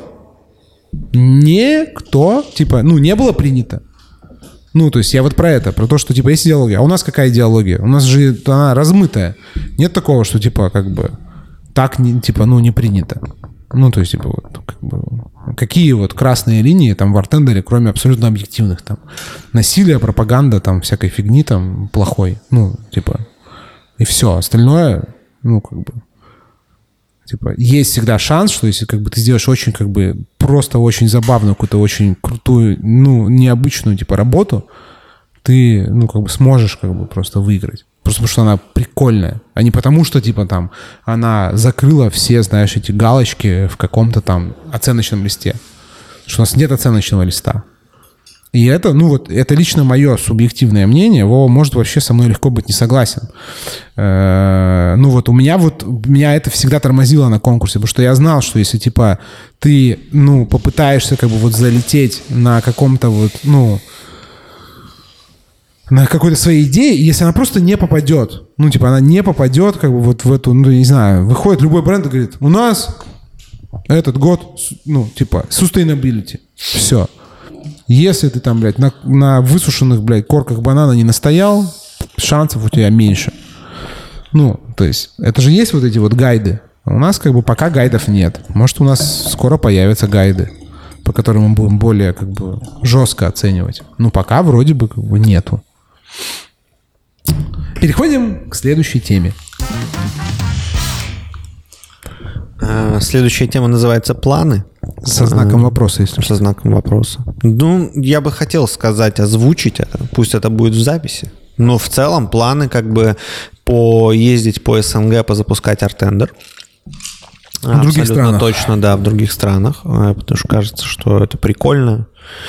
никто, типа, ну, не было принято. Ну, то есть я вот про это, про то, что, типа, есть идеология. А у нас какая идеология? У нас же она размытая. Нет такого, что, типа, как бы, так, не, типа, ну, не принято. Ну, то есть, типа, вот, как бы, какие вот красные линии там в бартендере, кроме абсолютно объективных, там, насилия, пропаганда, там, всякой фигни, там, плохой. Ну, типа, и все. Остальное, ну, как бы, типа, есть всегда шанс, что если, как бы, ты сделаешь очень, как бы, просто очень забавную, какую-то очень крутую, ну, необычную, типа, работу, ты, ну, как бы, сможешь, как бы, просто выиграть. Просто потому что она прикольная, а не потому что, типа, там, она закрыла все, знаешь, эти галочки в каком-то там оценочном листе. Потому что у нас нет оценочного листа. И это, ну вот, это лично мое субъективное мнение. Вова может вообще со мной легко быть не согласен. Э-э- ну вот у меня вот, меня это всегда тормозило на конкурсе, потому что я знал, что если, типа, ты, ну, попытаешься, как бы, вот залететь на каком-то вот, ну, на какой-то своей идее, если она просто не попадет, ну, типа, она не попадет, как бы, вот в эту, ну, не знаю, выходит любой бренд и говорит, у нас этот год, ну, типа, sustainability, все. Если ты там, блядь, на, на высушенных, блядь, корках банана не настоял, шансов у тебя меньше. Ну, то есть, это же есть вот эти вот гайды. У нас, как бы, пока гайдов нет. Может, у нас скоро появятся гайды, по которым мы будем более, как бы, жестко оценивать. Ну, пока вроде бы, как бы, нету. Переходим к следующей теме. Следующая тема называется «Планы». Со знаком вопроса, если Со знаком вопроса. Ну, я бы хотел сказать, озвучить это. Пусть это будет в записи. Но в целом планы как бы поездить по СНГ, позапускать артендер. В других странах. Точно, да, в других странах. Потому что кажется, что это прикольно.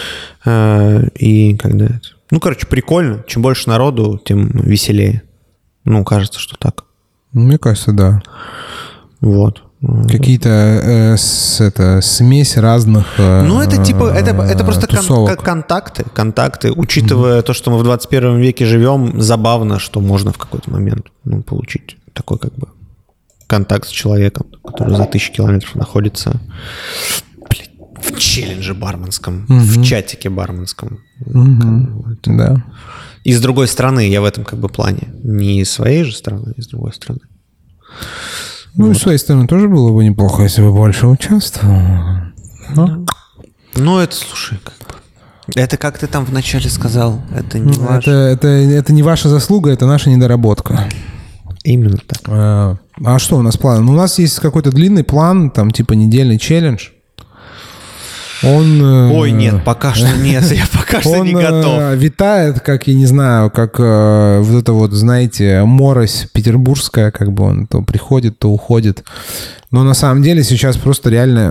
И когда это... Ну, короче, прикольно. Чем больше народу, тем веселее. Ну, кажется, что так. Мне кажется, да. Вот. Какие-то э, с, это, смесь разных э, Ну, это типа, это, это просто кон- кон- контакты. Контакты. Учитывая mm-hmm. то, что мы в двадцать первом веке живем, забавно, что можно в какой-то момент, ну, получить такой, как бы, контакт с человеком, который за тысячу километров находится, блин, в челлендже барменском, mm-hmm. в чатике барменском. Mm-hmm. Это... Да. И с другой стороны, я в этом, как бы, плане. Не своей же стороны, а с другой стороны. Ну, вот. И с своей стороны тоже было бы неплохо, если бы больше участвовал. Но... Ну, это, слушай, как бы... Это, как ты там вначале сказал, это не ну, ваше. Это, это, это не ваша заслуга, это наша недоработка. Именно так. А, а что у нас план? Ну, у нас есть какой-то длинный план, там, типа, недельный челлендж. Он... Ой, нет, пока что нет, я пока что не готов. Он витает, как, я не знаю, как э, вот это вот, знаете, морось петербургская, как бы он то приходит, то уходит. Но на самом деле сейчас просто реально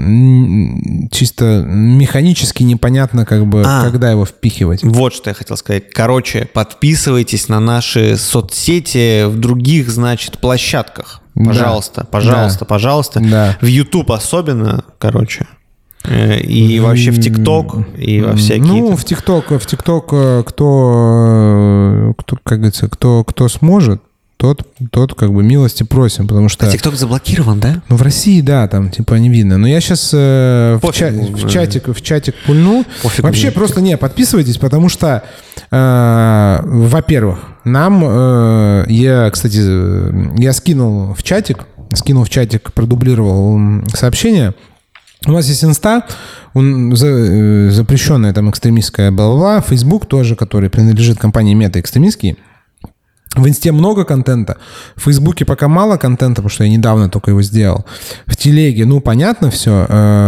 чисто механически непонятно, как бы, а, когда его впихивать. Вот что я хотел сказать. Короче, подписывайтесь на наши соцсети в других, значит, площадках. Пожалуйста, да. пожалуйста, да. пожалуйста. Да. В YouTube особенно, короче. И вообще в ТикТок, и во всякие... Ну, в ТикТок, в ТикТок кто, кто, как говорится, кто, кто сможет, тот, тот как бы милости просим, потому что... А ТикТок заблокирован, да? Ну, в России, да, там типа не видно. Но я сейчас э, в, ча- в, чатик, в чатик пульну. Пофигу. Вообще просто не, подписывайтесь, потому что, э, во-первых, нам... Э, я, кстати, я скинул в чатик, скинул в чатик, продублировал сообщение. У нас есть инста, он за, запрещенная там экстремистская бла-бла-бла, Facebook тоже, который принадлежит компании Мета, экстремистский. В Инсте много контента, в Фейсбуке пока мало контента, потому что я недавно только его сделал. В Телеге, ну, понятно все.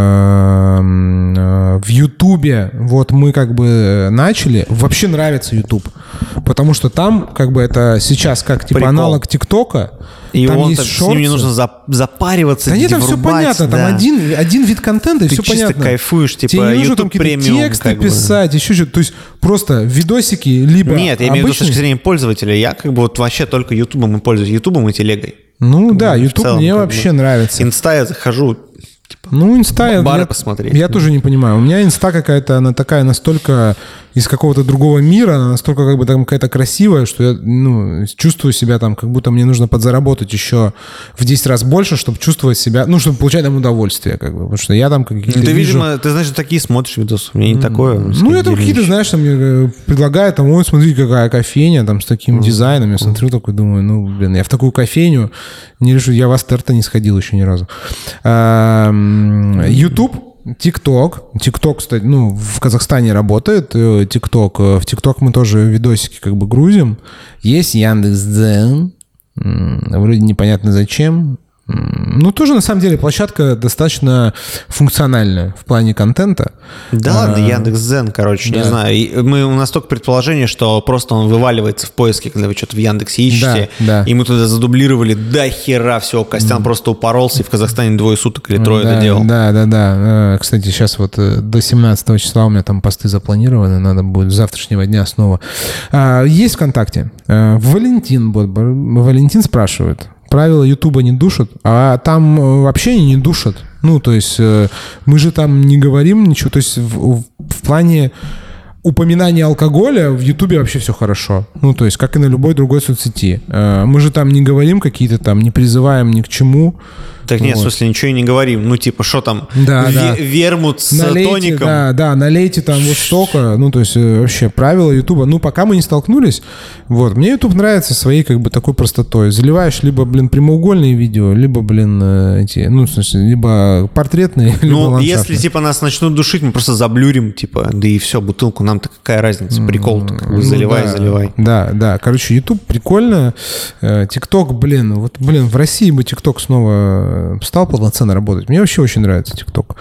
В Ютубе вот мы как бы начали. Вообще нравится Ютуб, потому что там как бы это сейчас как типа Прикол. аналог ТикТока. И там он есть с ним не нужно запариваться. Да нет, там все понятно. Да. Там один, один вид контента, и Ты все понятно. Ты чисто кайфуешь, типа тебе не нужно YouTube там какие-то премиум, тексты как бы. писать, еще что-то. То есть просто видосики, либо Нет, я имею в виду с точки зрения пользователя. Я как бы вот вообще только Ютубом и пользуюсь. Ютубом и Телегой. Ну да, YouTube целом, мне вообще бы. нравится. Инста я захожу... Типа, ну, инста... Бары я, посмотреть. Я тоже не понимаю. У меня инста какая-то, она такая настолько из какого-то другого мира, она настолько как бы там какая-то красивая, что я ну, чувствую себя там, как будто мне нужно подзаработать еще в десять раз больше, чтобы чувствовать себя, ну, чтобы получать там удовольствие, как бы. Потому что я там какие-то Ты, вижу... видимо, ты, знаешь, такие смотришь видосы. У меня не такое. Ну, я там какие-то, знаешь, там мне предлагают, там, ой, смотри, какая кофейня, там, с таким mm. дизайном. Я смотрю такой, думаю, ну, блин, я в такую кофейню не решу, я в Астерто не сходил еще ни разу. YouTube, ТикТок. ТикТок, кстати, ну, в Казахстане работает ТикТок. В ТикТок мы тоже видосики как бы грузим. Есть Яндекс.Дзен. Вроде непонятно зачем. Ну, тоже, на самом деле, площадка достаточно функциональная в плане контента. Да ладно, Яндекс.Дзен, короче, да. не знаю. И мы, у нас только предположение, что просто он вываливается в поиске, когда вы что-то в Яндексе ищете. Да, да. И мы туда задублировали до хера всего. Костян mm. просто упоролся, и в Казахстане двое суток или трое да, это делал. Да, да, да. Кстати, сейчас вот до семнадцатого числа у меня там посты запланированы. Надо будет с завтрашнего дня снова. Есть ВКонтакте. Валентин, Валентин спрашивает. Правила Ютуба не душат, а там вообще они не душат. Ну, то есть мы же там не говорим ничего. То есть в, в плане упоминания алкоголя в Ютубе вообще все хорошо. Ну, то есть как и на любой другой соцсети. Мы же там не говорим какие-то там, не призываем ни к чему. Так нет, вот. В смысле, ничего и не говорим. Ну, типа, что там, да, ве- да. вермут с налейте, тоником. Да, да, налейте там вот столько. Ну, то есть вообще правила Ютуба. Ну, пока мы не столкнулись. Вот, мне Ютуб нравится своей как бы такой простотой. Заливаешь либо, блин, прямоугольные видео, либо, блин, эти, ну, в смысле, либо портретные, либо Ну, ландшафтные. если, типа, нас начнут душить, мы просто заблюрим, типа, да и все, бутылку, нам-то какая разница, прикол-то, как бы, ну, заливай, да, заливай. Да, да, короче, Ютуб прикольно. ТикТок, блин, вот, блин, в России бы ТикТок снова стал полноценно работать. Мне вообще очень нравится ТикТок.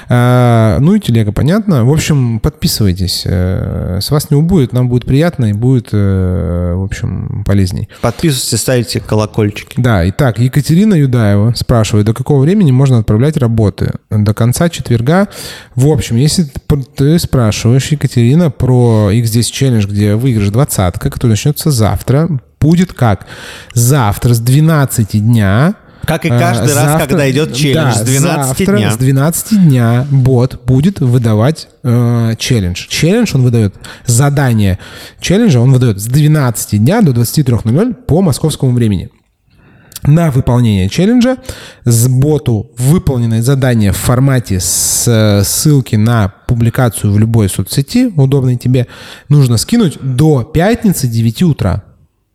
А, ну и телега, понятно. В общем, подписывайтесь. С вас не убудет, нам будет приятно и будет, в общем, полезней. Подписывайтесь, ставите колокольчики. Да, итак, Екатерина Юдаева спрашивает, до какого времени можно отправлять работы? До конца четверга. В общем, если ты спрашиваешь, Екатерина, про икс десять челлендж, где выигрыш двадцатка, который начнется завтра, будет как? Завтра с двенадцати дня. Как и каждый завтра, раз, когда идет челлендж, да, с двенадцати завтра дня. с двенадцати дня бот будет выдавать э, челлендж. Челлендж он выдает, задание челленджа он выдает с двенадцати дня до двадцати трёх ноль-ноль по московскому времени. На выполнение челленджа с боту выполненное задание в формате с ссылки на публикацию в любой соцсети, удобной тебе, нужно скинуть до пятницы девяти утра.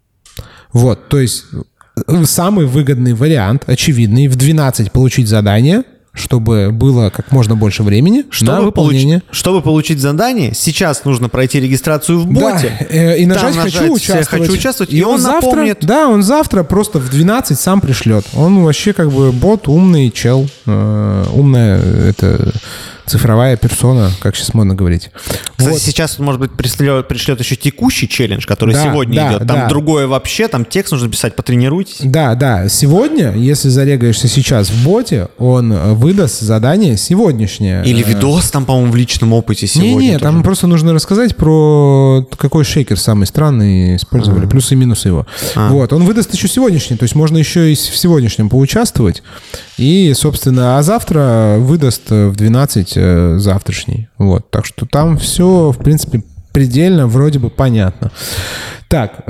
Вот, то есть... Самый выгодный вариант, очевидный, в двенадцать получить задание, чтобы было как можно больше времени чтобы на выполнение. Получ... Чтобы получить задание, сейчас нужно пройти регистрацию в боте. Да, и нажать «Хочу участвовать». «Хочу участвовать», и, и он, он завтра, напомнит. Да, он завтра просто в двенадцать сам пришлет. Он вообще как бы бот, умный чел. Э, умная это... цифровая персона, как сейчас модно говорить. Кстати, вот. Сейчас он, может быть, пришлет, пришлет еще текущий челлендж, который да, сегодня да, идет. Там да. другое вообще, там текст нужно писать, потренируйтесь. Да, да. Сегодня, если зарегаешься сейчас в боте, он выдаст задание сегодняшнее. Или видос там, по-моему, в личном опыте сегодня. Не-не, там просто нужно рассказать про какой шейкер самый странный использовали, а. плюсы и минусы его. А. Вот, он выдаст еще сегодняшний, то есть можно еще и в сегодняшнем поучаствовать. И, собственно, а завтра выдаст в двенадцать завтрашний. Вот. Так что там все, в принципе, предельно вроде бы понятно. Так,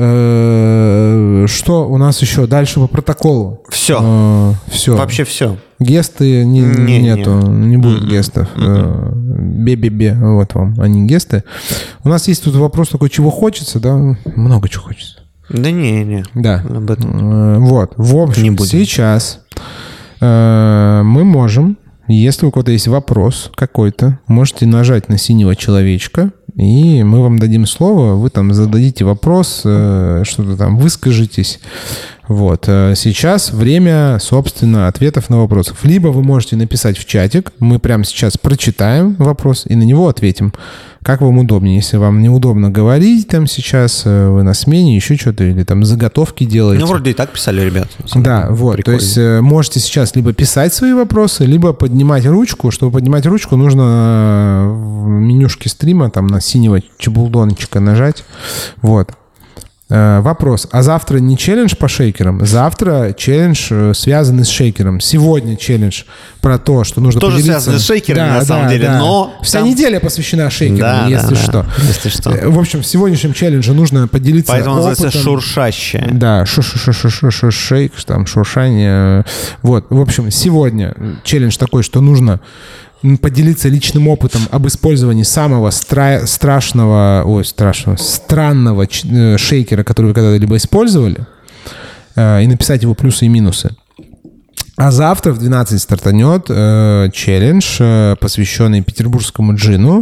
э, что у нас еще дальше по протоколу? Все. Э, все. Вообще все. Гесты не, не, нету, не, не будет mm-mm. гестов. Mm-mm. Бе-бе-бе, вот вам, они гесты. У нас есть тут вопрос такой, чего хочется, да? Много чего хочется. Да не, не. Да. Об этом. Э, вот, в общем, не будем. Сейчас э, мы можем... Если у кого-то есть вопрос какой-то, можете нажать на синего человечка и мы вам дадим слово, вы там зададите вопрос, что-то там выскажитесь. Вот. Сейчас время, собственно, ответов на вопросы. Либо вы можете написать в чатик, мы прямо сейчас прочитаем вопрос и на него ответим. Как вам удобнее. Если вам неудобно говорить там сейчас, вы на смене, еще что-то, или там заготовки делаете. Ну, вроде и так писали, ребят. Да, вот. Прикольно. То есть можете сейчас либо писать свои вопросы, либо поднимать ручку. Чтобы поднимать ручку, нужно в менюшке стрима там на синего чебулдончика нажать. Вот. Вопрос. А завтра не челлендж по шейкерам? Завтра челлендж, связанный с шейкером. Сегодня челлендж про то, что нужно тоже поделиться... связанный с шейкерами, да, на самом да, деле, да. но... Вся там... неделя посвящена шейкерам, да, если, да, что. Да. если что. В общем, в сегодняшнем челлендже нужно поделиться Поэтому опытом. называется шуршащее. Да, шейк, там, шуршание. Вот, в общем, сегодня челлендж такой, что нужно поделиться личным опытом об использовании самого стра- страшного, ой, страшного, странного ч- шейкера, который вы когда-либо использовали, э, и написать его плюсы и минусы. А завтра в двенадцать стартанет э, челлендж, э, посвященный петербургскому джину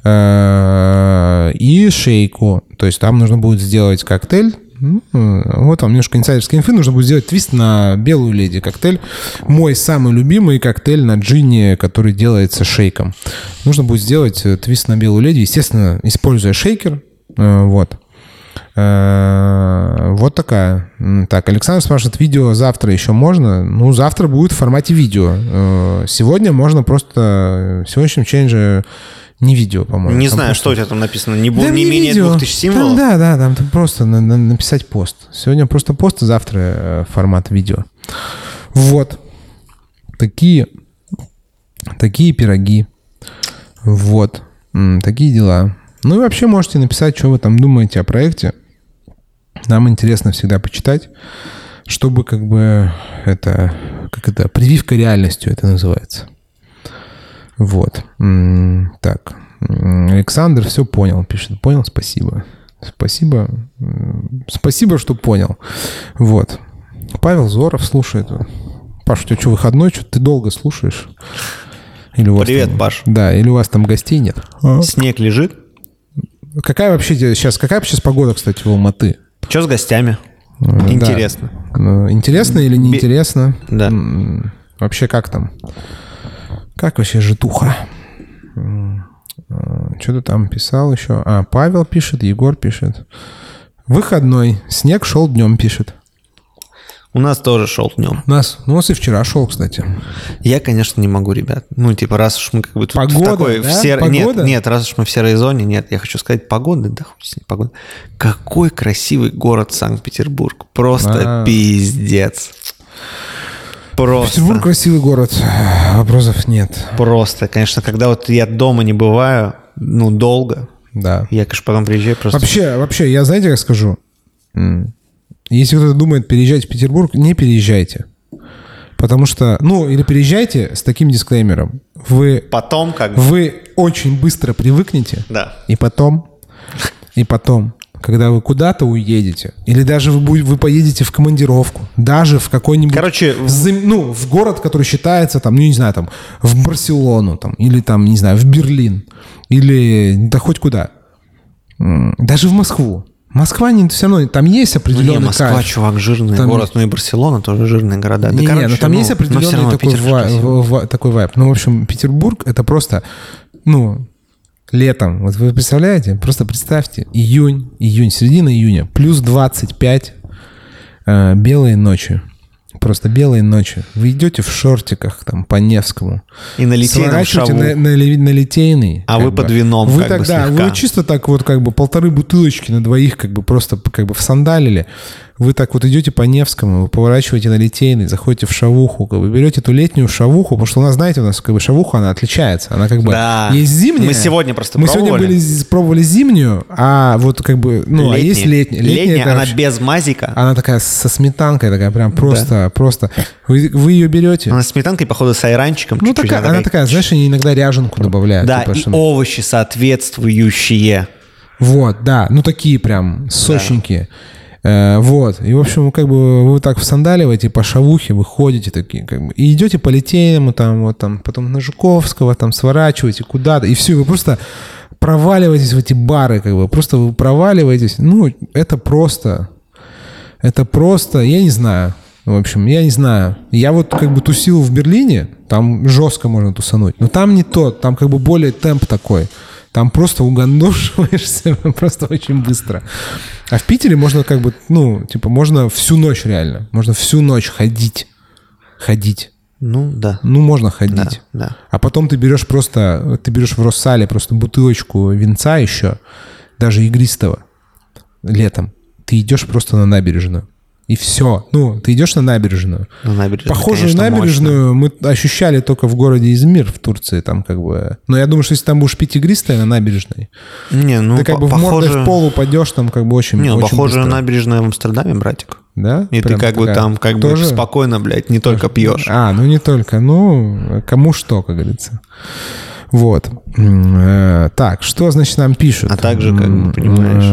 э, и шейку. То есть там нужно будет сделать коктейль. Вот там немножко инсайдерской инфы. Нужно будет сделать твист на белую леди коктейль. Мой самый любимый коктейль на джине, который делается шейком. Нужно будет сделать твист на белую леди, естественно, используя шейкер. Вот. Вот такая. Так, Александр спрашивает, видео завтра еще можно? Ну, завтра будет в формате видео. Сегодня можно просто... В сегодняшнем челлендже не видео, по-моему. Не там знаю, просто... что у тебя там написано. Не, да не, не менее видео. двух тысяч символов? Там, да, да, там просто на, на, написать пост. Сегодня просто пост, завтра э, формат видео. Вот. Такие, такие пироги. Вот. М, такие дела. Ну и вообще можете написать, что вы там думаете о проекте. Нам интересно всегда почитать, чтобы как бы это, как это, прививка реальностью это называется. Вот. Так. Александр все понял, пишет. Понял, спасибо. Спасибо. Спасибо, что понял. Вот. Павел Зоров слушает. Паш, у тебя что, выходной? Что ты долго слушаешь? Или у вас Привет, там... Паш. Да, или у вас там гостей нет? Снег лежит. Какая вообще сейчас, какая сейчас погода, кстати, в Алматы? Что с гостями? Интересно. Да. Интересно или неинтересно? Да. Вообще как там? Как вообще житуха? Что ты там писал еще? А, Павел пишет, Егор пишет. Выходной. Снег шел днем, пишет. У нас тоже шел днем. У нас, ну, у нас и вчера шел, кстати. Я, конечно, не могу, ребят. Ну, типа, раз уж мы как бы тут погода, в такой... Да? В сер... Погода? Нет, нет, раз уж мы в серой зоне, нет, я хочу сказать, погода, да хуй с ней, погода. Какой красивый город Санкт-Петербург. Просто А-а-а. пиздец. Просто. Петербург красивый город. Вопросов нет. Просто, конечно, когда вот я дома не бываю, ну, долго. Да. Я, конечно, потом приезжаю просто... Вообще, вообще, я знаете, как скажу? Если кто-то думает переезжать в Петербург, не переезжайте. Потому что, ну, или переезжайте с таким дисклеймером. Вы... Потом как бы... Вы очень быстро привыкнете. Да. И потом... И потом... Когда вы куда-то уедете, или даже вы, будете, вы поедете в командировку, даже в какой-нибудь... Короче... В, ну, в город, который считается, там, ну, не знаю, там, в Барселону, там, или там, не знаю, в Берлин, или да хоть куда. Даже в Москву. Москва не, все равно, там есть определенный ну, не, Москва, кайф. чувак, жирный там город, есть... ну и Барселона тоже жирные города. Не, да, не, короче, но там ну, есть определенный такой, вай, в, такой вайб. Ну, в общем, Петербург — это просто, ну... Летом, вот вы представляете, просто представьте, июнь, июнь, середина июня, плюс двадцать пять, э, белые ночи, просто белые ночи. Вы идете в шортиках там по Невскому. И на Литейном шаву. На, на, на Литейный. А вы бы. под вином вы как тогда, бы слегка. Вы чисто так вот как бы полторы бутылочки на двоих как бы просто как бы всандалили. Вы так вот идете по Невскому, вы поворачиваете на Литейный, заходите в шавуху, как бы берете эту летнюю шавуху, потому что у нас, знаете, у нас как бы шавуха, она отличается. Она как бы да. есть зимняя. Мы сегодня просто Мы пробовали. сегодня были, пробовали зимнюю, а вот как бы, ну, летняя. А есть летняя. Летняя, летняя она вообще, без мазика. Она такая со сметанкой, такая прям просто, да. просто. Вы, вы ее берете. Она с сметанкой, походу, с айранчиком. Ну, чуть-чуть. такая, она, она такая, знаешь, они иногда ряженку добавляют. Да, типа, и что... овощи соответствующие. Вот, да, ну такие прям сочненькие. Да. Вот, и, в общем, как бы вы так всандаливаете по шавухе, вы ходите такие, как бы, и идете по Литейному, там, вот, там, потом на Жуковского, там, сворачиваете куда-то, и все, вы просто проваливаетесь в эти бары, как бы, просто вы проваливаетесь. Ну, это просто, это просто, я не знаю. В общем, я не знаю. Я вот как бы тусил в Берлине, там жестко можно тусануть, но там не то, там как бы более темп такой. Там просто угандошиваешься просто очень быстро. А в Питере можно как бы, ну, типа, можно всю ночь реально. Можно всю ночь ходить. Ходить. Ну, да. Ну, можно ходить. Да, да. А потом ты берешь просто, ты берешь в Россале просто бутылочку винца еще, даже игристого, летом. Ты идешь просто на набережную. И все. Ну, ты идешь на набережную. На набережную, Похожую конечно, набережную мощно. мы ощущали только в городе Измир в Турции. Там как бы... Но я думаю, что если там будешь пить игристое на набережной, не, ну, ты как по- бы похоже... в мордой в пол упадешь там как бы очень Не, ну, очень похоже быстро. на набережную в Амстердаме, братик. Да? И Прям ты как бы такая. там как Тоже? бы спокойно, блядь, не только пьешь. А, ну не только. Ну, кому что, как говорится. Вот. М, э, Так, что, значит, нам пишут? А также, как бы, понимаешь.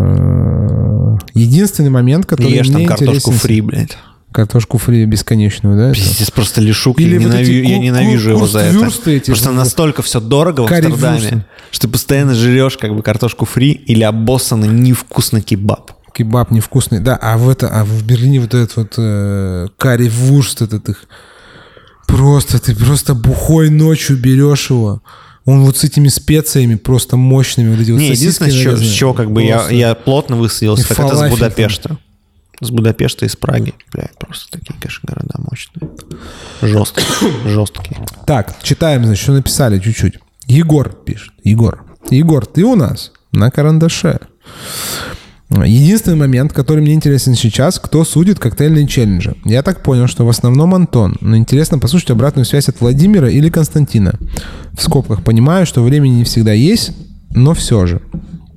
М, Единственный момент, который Ешь там мне картошку интересен... фри, блядь. Картошку фри бесконечную, да? это? Пиздец, просто лишук. Или Я, вот ненави- эти я ку- ненавижу ку- его за это. курствюрсты эти, Просто вот, настолько все дорого в карри-вюрсты. Амстердаме, что ты постоянно жрешь как бы картошку фри или обоссанный невкусный кебаб. Кебаб невкусный. Да, а в, это, а в Берлине вот этот вот э, карри-вурст, этот их... Просто, ты просто бухой ночью берешь его. Он вот с этими специями просто мощными. Вот эти вот Не, единственное, с чего, с чего как бы я, я плотно высадился, И так это с фалафель Будапешта. С Будапешта и с Праги. Блядь, просто такие, конечно, города мощные. Жесткие. Жесткие. Так, читаем, значит, что написали чуть-чуть. Егор пишет. Егор. Егор, ты у нас на карандаше. Единственный момент, который мне интересен сейчас, кто судит коктейльные челленджи. Я так понял, что в основном Антон. Но интересно послушать обратную связь от Владимира или Константина. В скобках понимаю, что времени не всегда есть, но все же.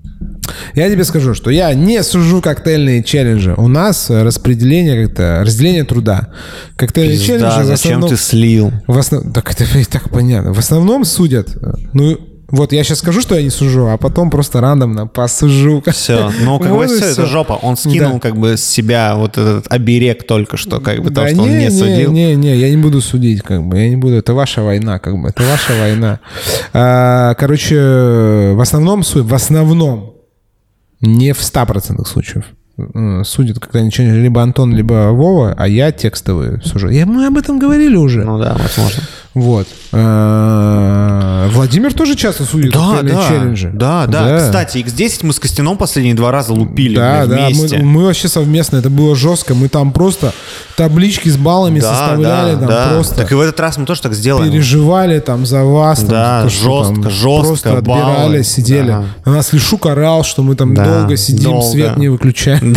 Я тебе скажу, что я не сужу коктейльные челленджи. У нас распределение как-то, разделение труда. Коктейльные Пизда, челленджи в зачем основном... ты слил? В основ... Так это и так понятно. В основном судят. Ну, вот я сейчас скажу, что я не сужу, а потом просто рандомно посужу. Все. Ну, как Вот бы и все, всё. это жопа. Он скинул Да. как бы с себя вот этот оберег только что, как бы, Да то, что он не не, судил. Не, не, я не буду судить, как бы. Я не буду. Это ваша война, как бы. Это ваша война. А, короче, в основном су- в основном не в ста процентах случаев м, судят когда-нибудь либо Антон, либо Вова, а я текстовые сужу. Я, мы об этом говорили уже. Ну да, возможно. Вот. А, Владимир тоже часто судит Да, коктейльные да, челленджи. да, да. Кстати, икс десять мы с Костяном последние два раза лупили, Да, бля, да, вместе. мы, мы вообще совместно, это было жестко. Мы там просто таблички с баллами Да, составляли, да, там да. просто Так и в этот раз мы тоже так сделаем. переживали там за вас. Там, Да, за то, что жестко, там жестко, Просто отбирали, баллы. сидели. Да. На нас Лешук орал, что мы там Да, долго сидим, долго. свет не выключаем.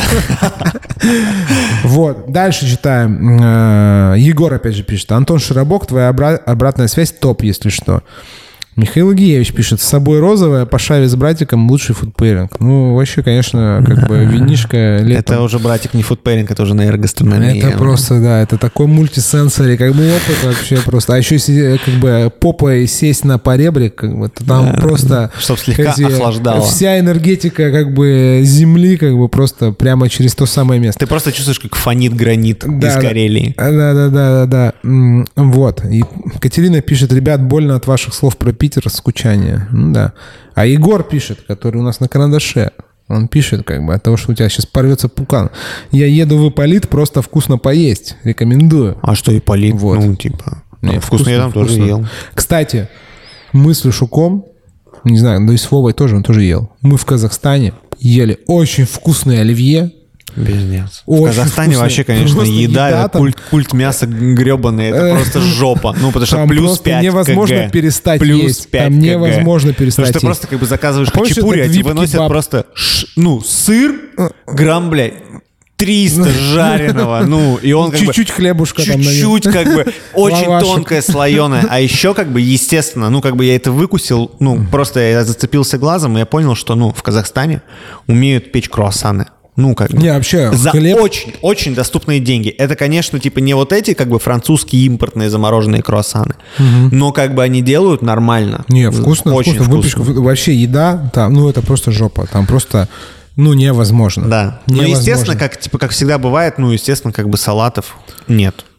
Вот, дальше читаем. Э, Егор опять же пишет. Антон Широбок, твоя обра- обратная связь топ, если что. Михаил Гиевич пишет. С собой розовая, по шаве с братиком лучший фудпейринг. Ну, вообще, конечно, как бы винишко летом. Это уже, братик, не фудпейринг, это уже, наверное, гастрономия. Это просто, да, это такой мультисенсори, как бы опыт вообще просто. А еще если как бы попой сесть на поребрик, как бы, то там Да, просто... чтоб слегка эти- охлаждало. Вся энергетика как бы земли как бы просто прямо через то самое место. Ты просто чувствуешь, как фонит гранит Да, из да. Карелии. Да, да, да, да, да. М, Вот. И Катерина пишет, ребят, больно от ваших слов про Питер, скучание. Ну да. А Егор пишет, который у нас на карандаше. Он пишет, как бы, от того, что у тебя сейчас порвется пукан. Я еду в Ипполит просто вкусно поесть. Рекомендую. А что, Ипполит? Вот. Ну, типа... Не, ну, вкусно, я там тоже вкусно. ел. Кстати, мы с Лешуком, не знаю, да и с Вовой тоже, он тоже ел. Мы в Казахстане ели очень вкусное оливье. Пиздец. В Очень Казахстане вкусно. вообще, конечно, Просто еда, еда это там- культ, культ мяса гребаный, это просто жопа. Ну, потому что Там плюс просто пять невозможно кг. перестать плюс есть. пять Там кг. невозможно перестать Потому что ты есть. просто как бы заказываешь Помнишь, хачапури, это а тебе вип-кебаб? выносят просто, ш- ну, сыр, грамм, блядь, триста жареного, ну, и он как бы... Чуть-чуть хлебушка там на нем. Чуть-чуть, как бы, очень Лавашек. тонкое, слоеное. А еще, как бы, естественно, ну, как бы я это выкусил, ну, просто я зацепился глазом, и я понял, что, ну, в Казахстане умеют печь круассаны. Ну, как бы. Не, вообще, За хлеб... очень-очень доступные деньги. Это, конечно, типа не вот эти, как бы, французские импортные замороженные круассаны, но, как бы, они делают нормально. Не, вкусно, Очень вкусно. вкусно. Выпечка, вообще еда, там, ну, это просто жопа. Там просто, ну, невозможно. Да. Ну, Невозможно. естественно, как, типа, как всегда бывает, ну, естественно, как бы салатов нет.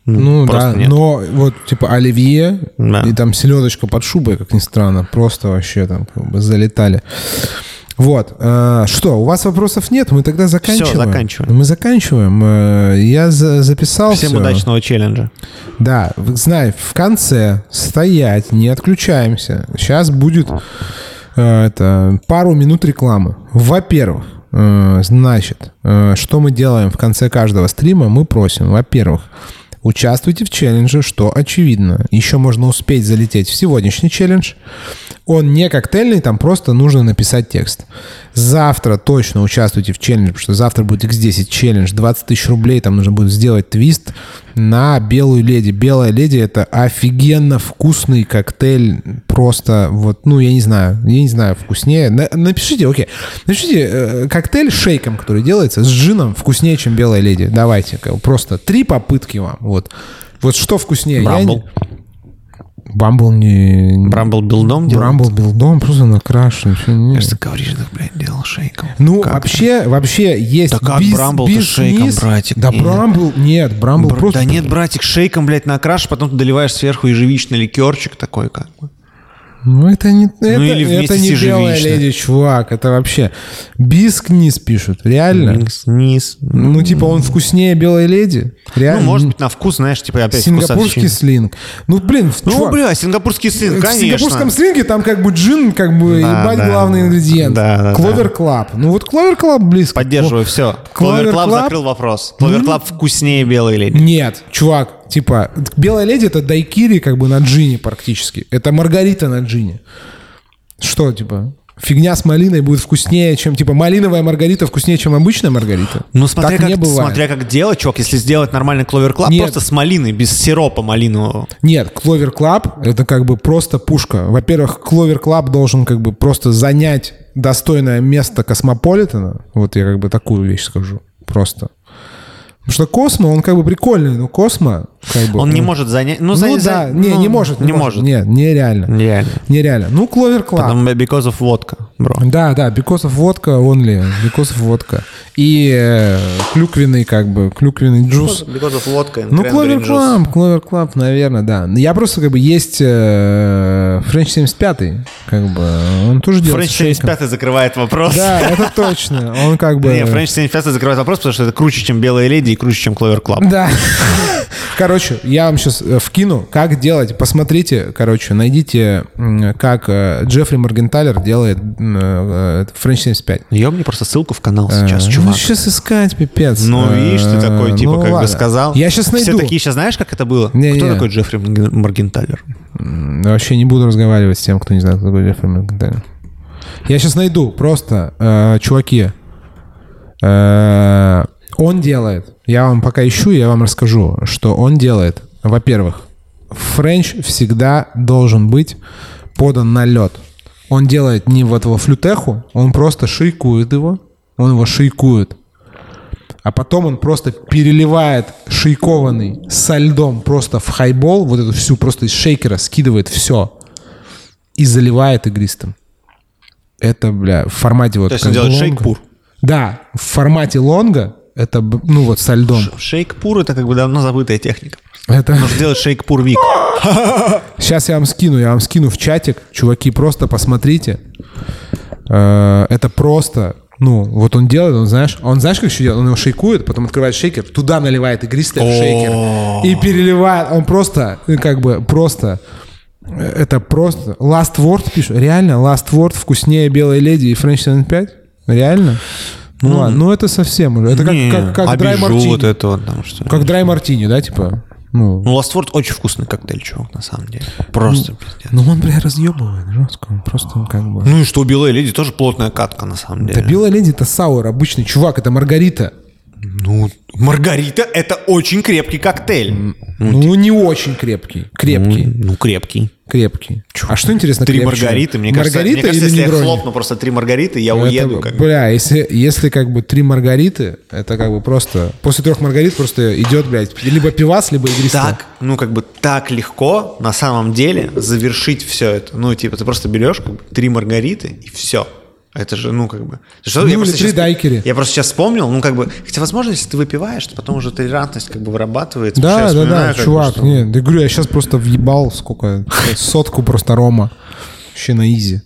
Ну, просто да, нет. но вот типа оливье Да. и там селедочка под шубой, как ни странно, просто вообще там как бы залетали. Вот. э, Что, у вас вопросов нет? Мы тогда заканчиваем. Всё, заканчиваем. Мы заканчиваем. Э, Я за- записал Всем всё. удачного челленджа. Да, вы- знай, в конце стоять, не отключаемся. Сейчас будет э, это, пару минут рекламы. Во-первых, э, значит, э, что мы делаем в конце каждого стрима? Мы просим, во-первых, участвуйте в челлендже, что очевидно. Еще можно успеть залететь в сегодняшний челлендж. Он не коктейльный, там просто нужно написать текст. Завтра точно участвуйте в челлендже, потому что завтра будет икс десять челлендж, двадцать тысяч рублей, там нужно будет сделать твист на белую леди. Белая леди — это офигенно вкусный коктейль, просто вот, ну, я не знаю, я не знаю, вкуснее. На- напишите, окей, напишите э, коктейль с шейком, который делается, с джином, вкуснее, чем белая леди. Давайте, как бы просто три попытки вам, вот. Вот что вкуснее? Я не- Брамбл. Бамбл не... Брамбл билдом делал? Брамбл билдом просто накрашен. Ничего не- Кажется, говоришь, так, блядь, делал шейком. Ну, Как вообще, вообще есть... Да как бис- Брамбл-то бис- шейком, низ. братик? Да Нет. Брамбл... Нет, Брамбл Бр- просто... Да нет, братик, шейком, блядь, накрашиваешь, потом ты доливаешь сверху ежевичный ликерчик такой, как бы. Ну, это не, это, или вместе это не с белая ежевичной. леди, чувак. Это вообще... Биск низ пишут. Реально? Низ, низ. Ну, типа, он вкуснее белой леди? Ну, Реально? может быть, на вкус, знаешь, типа опять Сингапурский вкусовщина. слинг. Ну, блин, Ну, чувак, бля, сингапурский сын, в конечно. сингапурском слинге там как бы джин, как бы, Да, ебать, да. главный ингредиент. Да, да, Кловер Клаб. Ну, вот Кловер Клаб близко. Поддерживаю, все. Clover Clover Club Club? закрыл вопрос. Clover Club вкуснее белой леди. Нет, чувак, типа, белая леди — это дайкири как бы на джине практически. Это маргарита на джине. Что, типа, фигня с малиной будет вкуснее, чем, типа, малиновая маргарита вкуснее, чем обычная маргарита? Ну, смотря так как, не бывает. смотря как делать, чувак. Если сделать нормальный Clover Club, Нет. просто с малиной, без сиропа малинового. Нет, Кловер Клаб — это как бы просто пушка. Во-первых, Кловер Клаб должен как бы просто занять достойное место Космополитена. Вот я как бы такую вещь скажу. Просто. Потому что Космо, он как бы прикольный, но Космо как бы... Он не может занять... Ну, Ну за- да, за- не, ну, не может. Не может. Нет, нереально. Нереально. Нереально. Ну, Кловер Клаб. Потом because of vodka, бро. Да, да, because of vodka only. Because of vodka. И э, клюквенный, как бы, клюквенный джус. Because of vodka. Ну, Кловер Клаб, Кловер Клаб, наверное, да. Я просто, как бы, есть э, Френч семьдесят пять, как бы, он тоже делает Френч с шейком. семьдесят пять закрывает вопрос. Да, это точно. Он как бы... Не, Френч семьдесят пять закрывает вопрос, потому что это круче, чем белая леди и круче, чем Clover Club. Да. Короче, я вам сейчас вкину, как делать. Посмотрите, короче, найдите, м, как э, Джеффри Моргенталер делает Френч семьдесят пять. Ёбни просто ссылку в канал сейчас, Э, чувак. Ну, сейчас искать, пипец. Ну, Э, видишь, ты такой, типа, ну, как бы ладно. сказал. Я сейчас найду. Все такие, сейчас знаешь, как это было? Не, Кто не. такой Джеффри Моргенталер? М, Вообще не буду разговаривать с тем, кто не знает, кто такой Джеффри Моргенталер. Я сейчас найду, просто, э, чуваки. Э, он делает, я вам пока ищу, я вам расскажу, что он делает. Во-первых, френч всегда должен быть подан на лед. Он делает не вот его флютеху, он просто шейкует его, он его шейкует. А потом он просто переливает шейкованный со льдом просто в хайбол, вот эту всю просто из шейкера скидывает все и заливает игристым. Это, бля, в формате вот... То есть как он делает лонга. шейк-пур? Да, в формате лонга, это, б- ну вот со льдом. Шейк-пур — это как бы давно забытая техника. Это... Нужно делать шейк-пур вик. Сейчас я вам скину, я вам скину в чатик. Чуваки, просто посмотрите. Э, Это просто... Ну, вот он делает, он, знаешь, он, знаешь, как еще делает? Он его шейкует, потом открывает шейкер, туда наливает игристое в шейкер и переливает. Он просто, ну, как бы, просто... Это просто... Last Word пишет. Реально, Last Word вкуснее белой леди и Френч семьдесят пять? Реально? Ну, Ну, ладно, ну это совсем уже. Это как, Не, как, как драй обижу мартини. вот это вот там, что... Как драй мартини, да, типа? Ну, Ну, Last Word очень вкусный коктейль, чувак, на самом деле. Просто пиздец. ну он, бля, разъебывает жестко. Он просто как бы... Ну и что, у белой леди тоже плотная катка, на самом деле. Да белая леди — это сауэр обычный. Чувак, это маргарита. Ну, Маргарита — это очень крепкий коктейль. Ну, не очень крепкий. Крепкий. Ну, ну, крепкий. Крепкий. А что интересно Три крепче? Маргариты. Мне кажется, Маргарита мне кажется или если я Негрони? хлопну просто три Маргариты, я Это, уеду. Как бы. бля, если, если как бы три Маргариты, это как бы просто... После трех Маргарит просто идет, блядь, либо пивас, либо игристое. Так, ну, как бы так легко на самом деле завершить все это. Ну, типа, ты просто берешь как бы, три Маргариты и все. Это же, ну, как бы... Что, Ну, я или просто три сейчас, дайкери. Я просто сейчас вспомнил, ну, как бы... Хотя, возможно, если ты выпиваешь, то потом уже толерантность как бы вырабатывается. Да, да, да, как чувак. бы, что... Нет, я говорю, я сейчас просто въебал сколько... Сотку просто рома. Вообще на изи.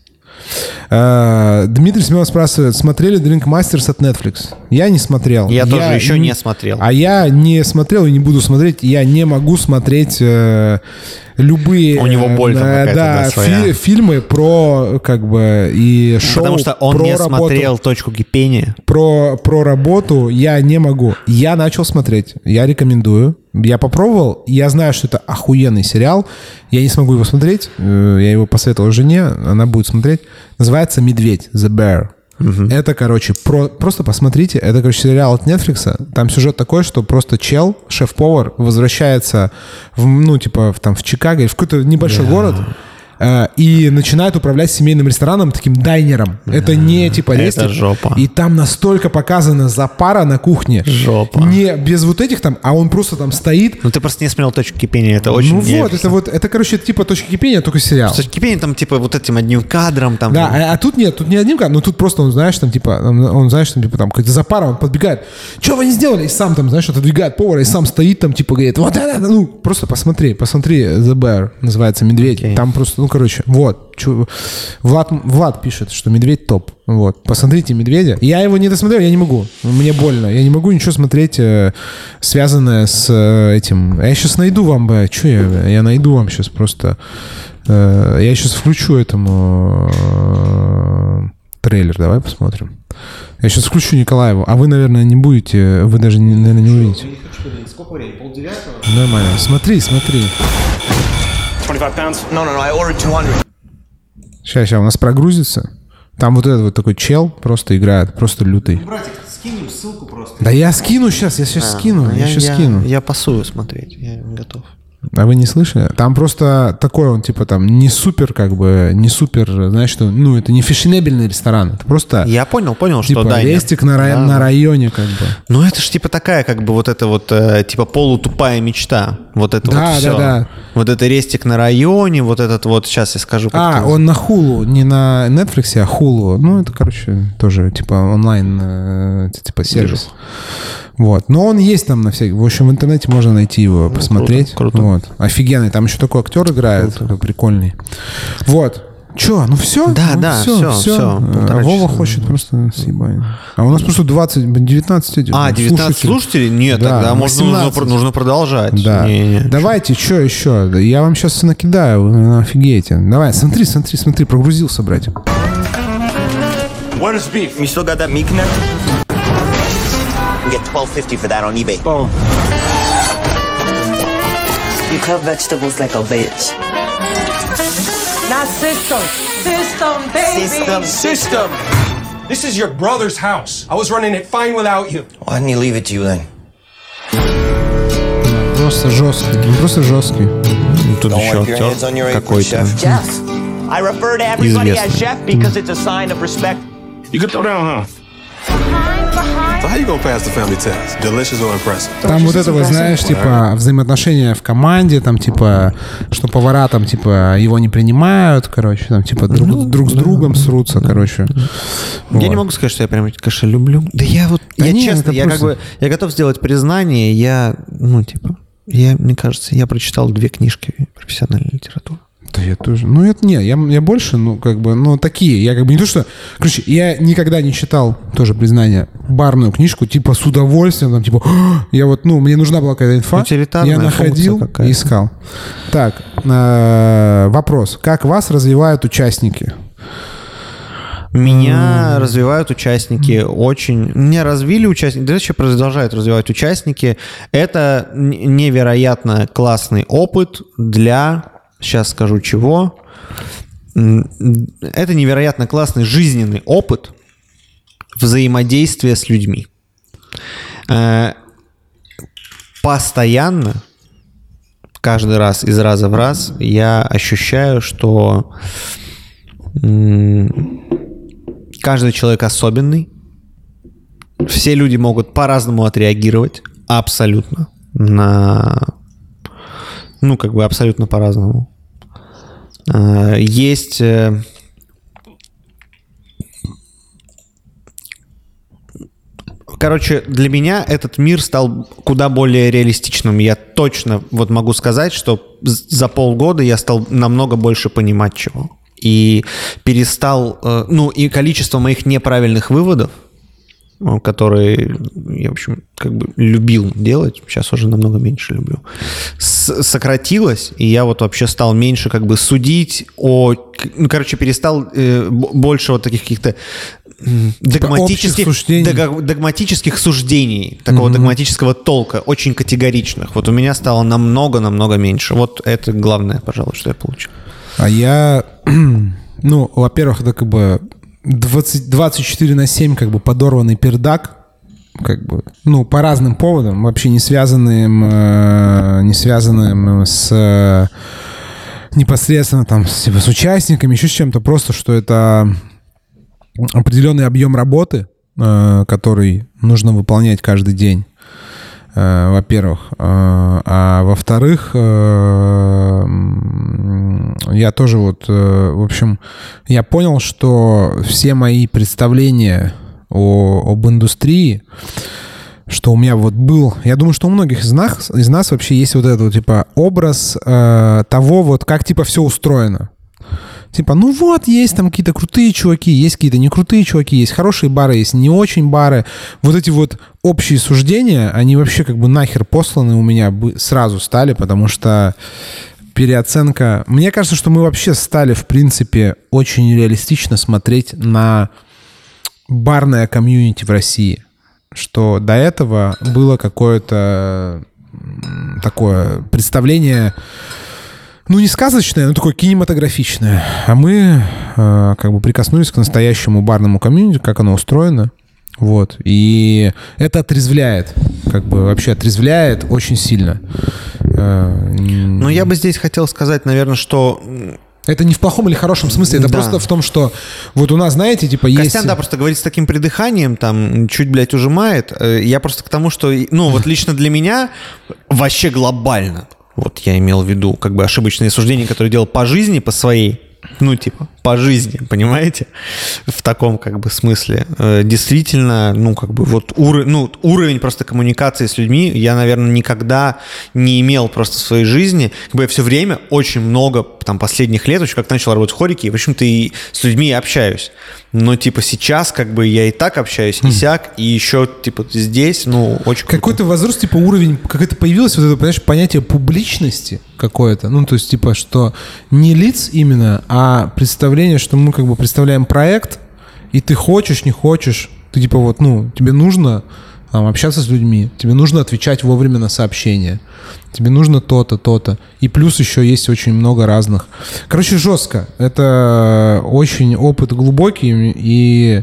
Uh, Дмитрий Семенов спрашивает, смотрели Drink Masters от Netflix? Я не смотрел. Я, я тоже еще не смотрел. А я не смотрел и не буду смотреть. Я не могу смотреть э, любые У него боль там э, да, да, фи- фильмы про как бы и шоу. Потому что он про не работу. смотрел «Точку кипения». Про, про работу я не могу. Я начал смотреть. Я рекомендую. Я попробовал. Я знаю, что это охуенный сериал. Я не смогу его смотреть. Я его посоветовал жене. Она будет смотреть. Называется «Медведь». The Bear. Угу. Это, короче, про, просто посмотрите. Это, короче, сериал от Netflix. Там сюжет такой, что просто чел, шеф-повар, возвращается в, ну, типа, в, там, в Чикаго или в какой-то небольшой yeah. город э, и начинает управлять семейным рестораном, таким дайнером. Yeah. Это не, типа, рестик. Это жопа. И там настолько показана запара на кухне. Жопа. Не без вот этих там, а он просто там стоит. Ну, ты просто не смотрел «Точку кипения». Это очень... Ну вот, это вот, это, короче, типа «Точка кипения», только сериал. «Точка кипения» там, типа, вот этим одним кадром там... Да, а, а тут нет, тут не одним кадром, но тут просто он, знаешь, там, типа, он, он знаешь, там, типа, там, какая-то запара, он подбегает. Что вы не сделали? И сам там, знаешь, отодвигает повара, и сам стоит там, типа, говорит, вот это, ну, просто посмотри, посмотри, The Bear, называется, «Медведь». Okay. Там просто, ну, короче, вот. Чу, Влад, Влад пишет, что «Медведь» топ. Вот, посмотрите «Медведя». Я его не досмотрел, я не могу. Мне больно. Я не могу ничего смотреть, э, связанное с э, этим. Я сейчас найду вам, бля, что я, я найду вам сейчас просто... Э, я сейчас включу этому э, трейлер, давай посмотрим. Я сейчас включу Николаеву, а вы, наверное, не будете, вы даже, не, наверное, не увидите. Сколько времени? Полдевятого? Нормально. Смотри, смотри. twenty-five pounds? No, no, no, I ordered two hundred. Сейчас, сейчас у нас прогрузится. Там вот этот вот такой чел просто играет, просто лютый. Братик, скинем ссылку просто. Да я скину сейчас, я сейчас а, скину, я, я сейчас я, скину. Я пасую смотреть, я готов. А вы не слышали? Там просто такой он, типа, там, не супер, как бы, не супер, знаешь, что, ну, это не фешенебельный ресторан, это просто... Я понял, понял, типа, что... Типа, рестик на, рай... да. на районе, как бы. Ну, это ж, типа, такая, как бы, вот это вот, э, типа, полутупая мечта. Вот это да, вот все. Да, да, да. Вот это рестик на районе, вот этот вот, сейчас я скажу. А, ты... он на Hulu, не на Netflix, а Hulu. Ну, это, короче, тоже, типа, онлайн, э, типа, сервис. Вот. Но он есть там на всякий. В общем, в интернете можно найти его, посмотреть. Круто, круто. Вот. Офигенный. Там еще такой актер играет, такой прикольный. Вот. Че, ну все? Да, ну, да, все, все. все. все. А Вова хочет просто съебать. А у нас просто двадцать, девятнадцать идет. А, девятнадцать слушателей? Нет, да, тогда можно, нужно, нужно продолжать. Да. Не, не, давайте, что еще? Я вам сейчас накидаю, вы офигеете. Давай, смотри, смотри, смотри, прогрузился, братик. Where's beef? You still got that meat connector? Get twelve fifty for that on eBay. Boom. You cut vegetables like a bitch. Not system. System, baby. System. System. This is your brother's house. I was running it fine without you. Why didn't he leave it to you then? Просто жесткий. Он просто жесткий. Тут еще актер какой-то. Chef. I refer to everybody as chef because it's a sign of respect. You can throw down, huh? So how you gonna pass the family test? Delicious or impressive? Там вот это, вот, знаешь, типа, взаимоотношения в команде, там, типа, что повара, там, типа, его не принимают, короче, там, типа, друг, ну, друг с другом да, срутся, да, короче. Да. Вот. Я не могу сказать, что я прям, конечно, люблю. Да я вот, да я нет, честно, я просто... как бы, я готов сделать признание, я, ну, типа, я, мне кажется, я прочитал две книжки профессиональной литературы. Да я тоже. Ну, это не, я, я больше, ну, как бы, ну, такие. Я как бы не то, что... Короче, я никогда не читал, тоже признание, барную книжку, типа, с удовольствием, там, типа, я вот, ну, мне нужна была какая-то инфа. Я находил и искал. Так, э, вопрос. Как вас развивают участники? Меня mm. развивают участники очень... Меня развили участники, да еще продолжают развивать участники. Это невероятно классный опыт для... Сейчас скажу чего. Это невероятно классный жизненный опыт взаимодействия с людьми. Постоянно, каждый раз, из раза в раз, я ощущаю, что каждый человек особенный. Все люди могут по-разному отреагировать. Абсолютно. На... Ну, как бы абсолютно по-разному. Есть короче, для меня этот мир стал куда более реалистичным. Я точно вот могу сказать, что за полгода я стал намного больше понимать чего. И перестал... Ну, и количество моих неправильных выводов, которые я, в общем, как бы любил делать, сейчас уже намного меньше люблю, с- сократилось, и я вот вообще стал меньше как бы судить о... Ну, короче, перестал э, больше вот таких каких-то догматических, суждений. дог- догматических суждений, такого mm-hmm. догматического толка, очень категоричных. Вот у меня стало намного-намного меньше. Вот это главное, пожалуй, что я получил. А я, ну, во-первых, это как бы двадцать, двадцать четыре на семь как бы подорванный пердак, как бы, ну, по разным поводам, вообще не связанным, э, не связанным с э, непосредственно там с, типа, с участниками, еще с чем-то, просто что это определенный объем работы, э, который нужно выполнять каждый день. Во-первых. А во-вторых, я тоже вот, в общем, я понял, что все мои представления о, об индустрии, что у меня вот был, я думаю, что у многих из нас, из нас вообще есть вот этот, типа, образ э, того, вот как, типа, все устроено. Типа, ну вот, есть там какие-то крутые чуваки, есть какие-то не крутые чуваки, есть хорошие бары, есть не очень бары. Вот эти вот общие суждения, они вообще как бы нахер посланы у меня сразу стали, потому что переоценка... Мне кажется, что мы вообще стали, в принципе, очень реалистично смотреть на барное комьюнити в России. Что до этого было какое-то такое представление... Ну, не сказочное, но такое кинематографичное. А мы э, как бы прикоснулись к настоящему барному комьюнити, как оно устроено. Вот. И это отрезвляет. Как бы вообще отрезвляет очень сильно. Э, ну, я бы здесь хотел сказать, наверное, что... Это не в плохом или хорошем смысле, это да. просто в том, что вот у нас, знаете, типа есть... Костян, да, просто говорит с таким придыханием, там, чуть, блядь, ужимает. Я просто к тому, что, ну, вот лично для меня вообще глобально, вот я имел в виду как бы ошибочные суждения, которые делал по жизни, по своей, ну, типа, по жизни, понимаете? В таком, как бы, смысле. Действительно, ну, как бы, вот ур... ну, уровень просто коммуникации с людьми я, наверное, никогда не имел просто в своей жизни. Как бы я все время очень много, там, последних лет, очень как начал работать в хорике, и, в общем-то, и с людьми общаюсь. Но, типа, сейчас, как бы, я и так общаюсь, и сяк, и еще, типа, здесь, ну, очень круто. Какой-то возраст, типа, уровень, как-то появилось вот это, понимаешь, понятие публичности какое-то. Ну, то есть, типа, что не лиц именно, а представление, что мы, как бы, представляем проект, и ты хочешь, не хочешь, ты, типа, вот, ну, тебе нужно там, общаться с людьми, тебе нужно отвечать вовремя на сообщения, тебе нужно то-то, то-то. И плюс еще есть очень много разных. Короче, жестко. Это очень опыт глубокий. И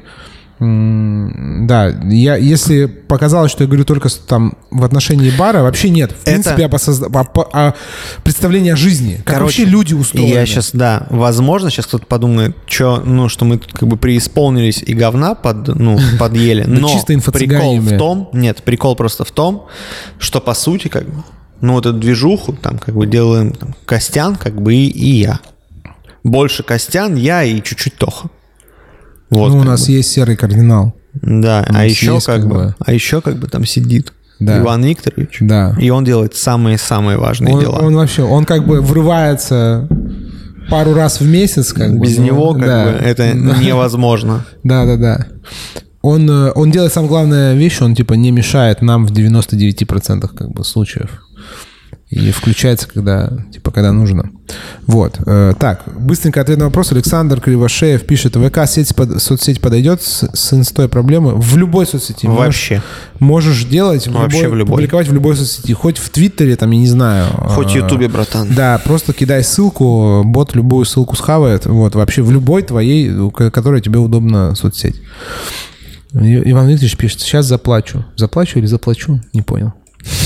да, я, если показалось, что я говорю только там в отношении бара, вообще нет. В Это... принципе, об осозна... о представлении о жизни. Как Короче, вообще люди устроены. Я сейчас, да, возможно, сейчас кто-то подумает, что, ну, что мы тут как бы преисполнились и говна под, ну, подъели. Но чисто прикол в том, нет, прикол просто в том, что по сути, как бы, ну, вот эту движуху там как бы делаем там, Костян, как бы и, и я. Больше Костян, я и чуть-чуть Тоха. Вот, ну, у нас бы. Есть серый кардинал. Да, а еще как, как бы, бы, а еще как бы там сидит да. Иван Викторович. Да. И он делает самые-самые важные он, дела. Он вообще, он как бы врывается пару раз в месяц, как без бы. него как да. бы это невозможно. Да, да, да. Он, он делает самая главная вещь, он типа не мешает нам в девяноста девяти процентах как бы случаев. И включается, когда, типа, когда нужно. Вот. Э, так, быстренько ответ на вопрос. Александр Кривошеев пишет: ВК сеть, под, соцсеть подойдет с, с инстой проблемы? В любой соцсети. Вообще. Можешь, можешь делать, в Вообще любой, в любой. публиковать в любой соцсети. Хоть в Твиттере, там, я не знаю. Хоть в Ютубе, братан. Да, просто кидай ссылку, бот любую ссылку схавает. Вот, вообще в любой твоей, которая тебе удобна соцсеть. Иван Викторович пишет: сейчас заплачу. Заплачу или заплачу? Не понял.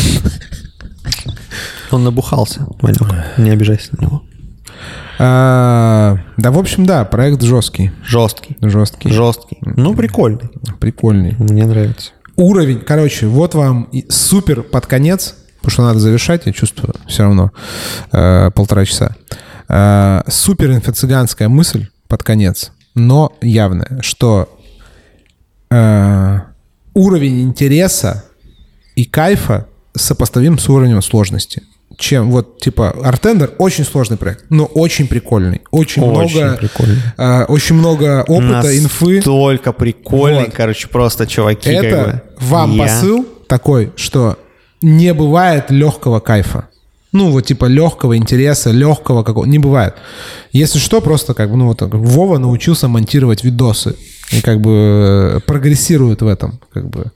Он набухался, Ванек, не обижайся на него. А, да, в общем, да, проект жесткий. Жесткий. Жесткий. Жесткий. Ну, прикольный. Прикольный. Мне нравится. Уровень, короче, вот вам супер под конец, потому что надо завершать, я чувствую, все равно э, полтора часа. Э, супер инфо-цыганская мысль под конец, но явная, что э, уровень интереса и кайфа сопоставим с уровнем сложности. Чем вот, типа, Artender очень сложный проект, но очень прикольный. Очень, очень много прикольный. Э, очень много опыта, Настолько инфы. Настолько прикольный, вот. Короче, просто чуваки. Это как бы, вам я... посыл такой, что не бывает легкого кайфа. Ну, вот типа легкого интереса, легкого какого-то. Не бывает. Если что, просто как бы, ну, вот Вова научился монтировать видосы. И как бы прогрессирует в этом. Как бы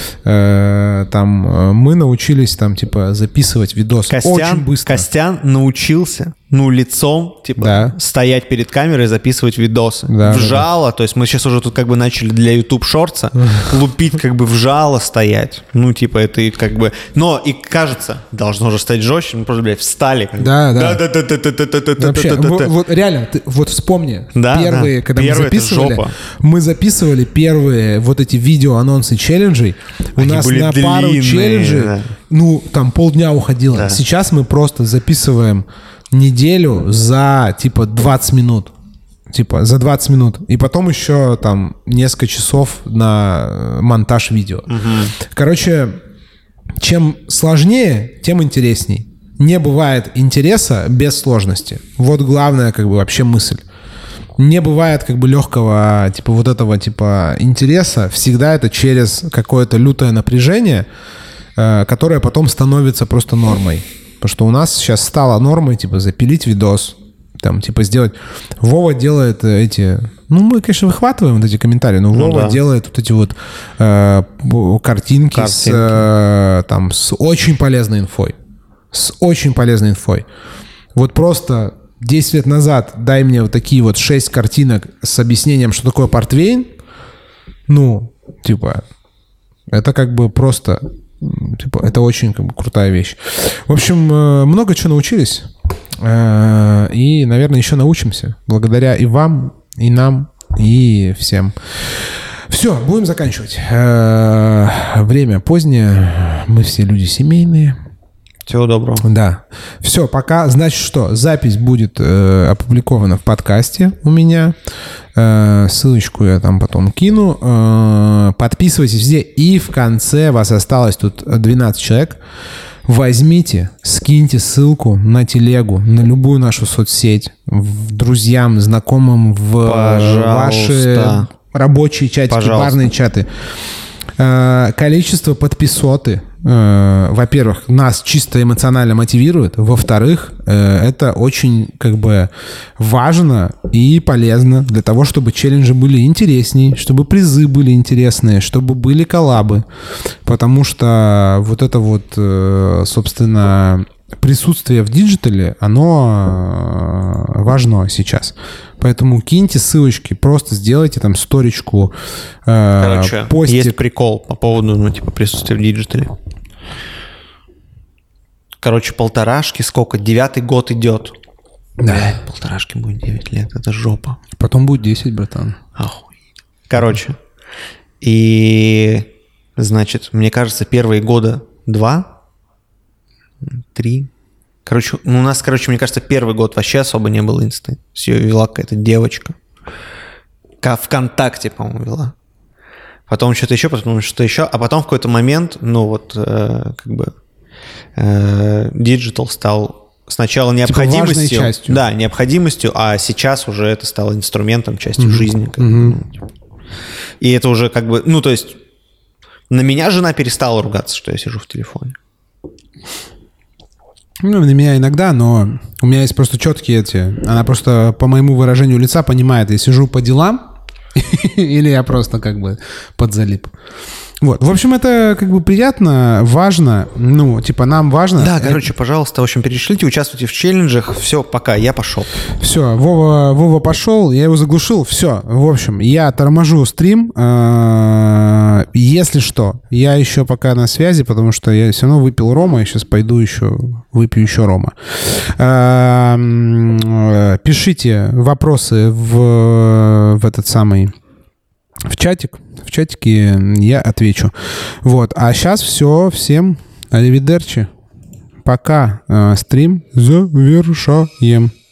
э, там мы научились там типа записывать видосы Костян, очень быстро. Костян научился, ну, лицом, типа, да. стоять перед камерой и записывать видосы. Да, вжало, да, да. То есть мы сейчас уже тут как бы начали для YouTube Shorts лупить как бы вжало стоять. Ну, типа, это и как бы... Но и кажется, должно уже стать жестче. Мы просто, блядь, встали. Да, да. Вообще, вот реально, вот вспомни. Первые, когда мы записывали, мы записывали первые вот эти видео-анонсы челленджей. У нас на пару челленджей, ну, там полдня уходило. Сейчас мы просто записываем неделю за, типа, двадцать минут. Типа, за двадцать минут. И потом еще, там, несколько часов на монтаж видео. Угу. Короче, чем сложнее, тем интересней. Не бывает интереса без сложности. Вот главная, как бы, вообще мысль. Не бывает, как бы, легкого, типа, вот этого, типа, интереса. Всегда это через какое-то лютое напряжение, э, которое потом становится просто нормой. Потому что у нас сейчас стало нормой, типа, запилить видос, там, типа, сделать... Вова делает эти... Ну, мы, конечно, выхватываем вот эти комментарии, но ну, Вова да. делает вот эти вот э, картинки, картинки. С, э, там, с очень полезной инфой. С очень полезной инфой. Вот просто десять лет назад дай мне вот такие вот шесть картинок с объяснением, что такое портвейн. Ну, типа, это как бы просто... Типа, это очень как бы крутая вещь. В общем, много чего научились. И, наверное, еще научимся. Благодаря и вам, и нам, и всем. Все, будем заканчивать. Время позднее. Мы все люди семейные. Всего доброго. Да. Все, пока. Значит, что? Запись будет э, опубликована в подкасте у меня. Э, ссылочку я там потом кину. Э, подписывайтесь везде. И в конце вас осталось тут двенадцать человек. Возьмите, скиньте ссылку на телегу, на любую нашу соцсеть, в друзьям, знакомым, в Пожалуйста. Ваши рабочие чатики, Пожалуйста. Барные чаты. Э, количество подписоты, э, во-первых, нас чисто эмоционально мотивирует, во-вторых, э, это очень как бы важно и полезно для того, чтобы челленджи были интереснее, чтобы призы были интересные, чтобы были коллабы, потому что вот это вот, э, собственно, присутствие в диджитале, оно важно сейчас. Поэтому киньте ссылочки, просто сделайте там сторичку, э, Короче, постик. Есть прикол по поводу, ну, типа, присутствия в диджитале. Короче, полторашки, сколько? Девятый год идет. Да. Полторашки будет девять лет, это жопа. Потом будет десять, братан. Охуеть. Короче, и, значит, мне кажется, первые года два, три. Короче, ну, у нас, короче, мне кажется, первый год вообще особо не было инсты. Ее вела какая-то девочка. ВКонтакте, по-моему, вела. Потом что-то еще, потом что-то еще. А потом в какой-то момент, ну вот, э, как бы, диджитал э, стал сначала необходимостью. Типа частью. Да, необходимостью, а сейчас уже это стало инструментом, частью mm-hmm. жизни. Как mm-hmm. бы, ну, типа. И это уже как бы, ну, то есть, на меня жена перестала ругаться, что я сижу в телефоне. Ну, на меня иногда, но у меня есть просто четкие эти... Она просто по моему выражению лица понимает, я сижу по делам или я просто как бы подзалип. Вот. В общем, это как бы приятно, важно. Ну, типа, нам важно. Да, короче, пожалуйста, в общем, перешлите, участвуйте в челленджах. Все, пока, я пошел. Все, Вова, Вова пошел, я его заглушил. Все, в общем, я торможу стрим. Если что, я еще пока на связи, потому что я все равно выпил рома. Я сейчас пойду еще, выпью еще рома. Пишите вопросы в, в этот самый... В чатик. В чатике я отвечу. Вот. А сейчас все. Всем аривидерчи. Пока. Стрим завершаем.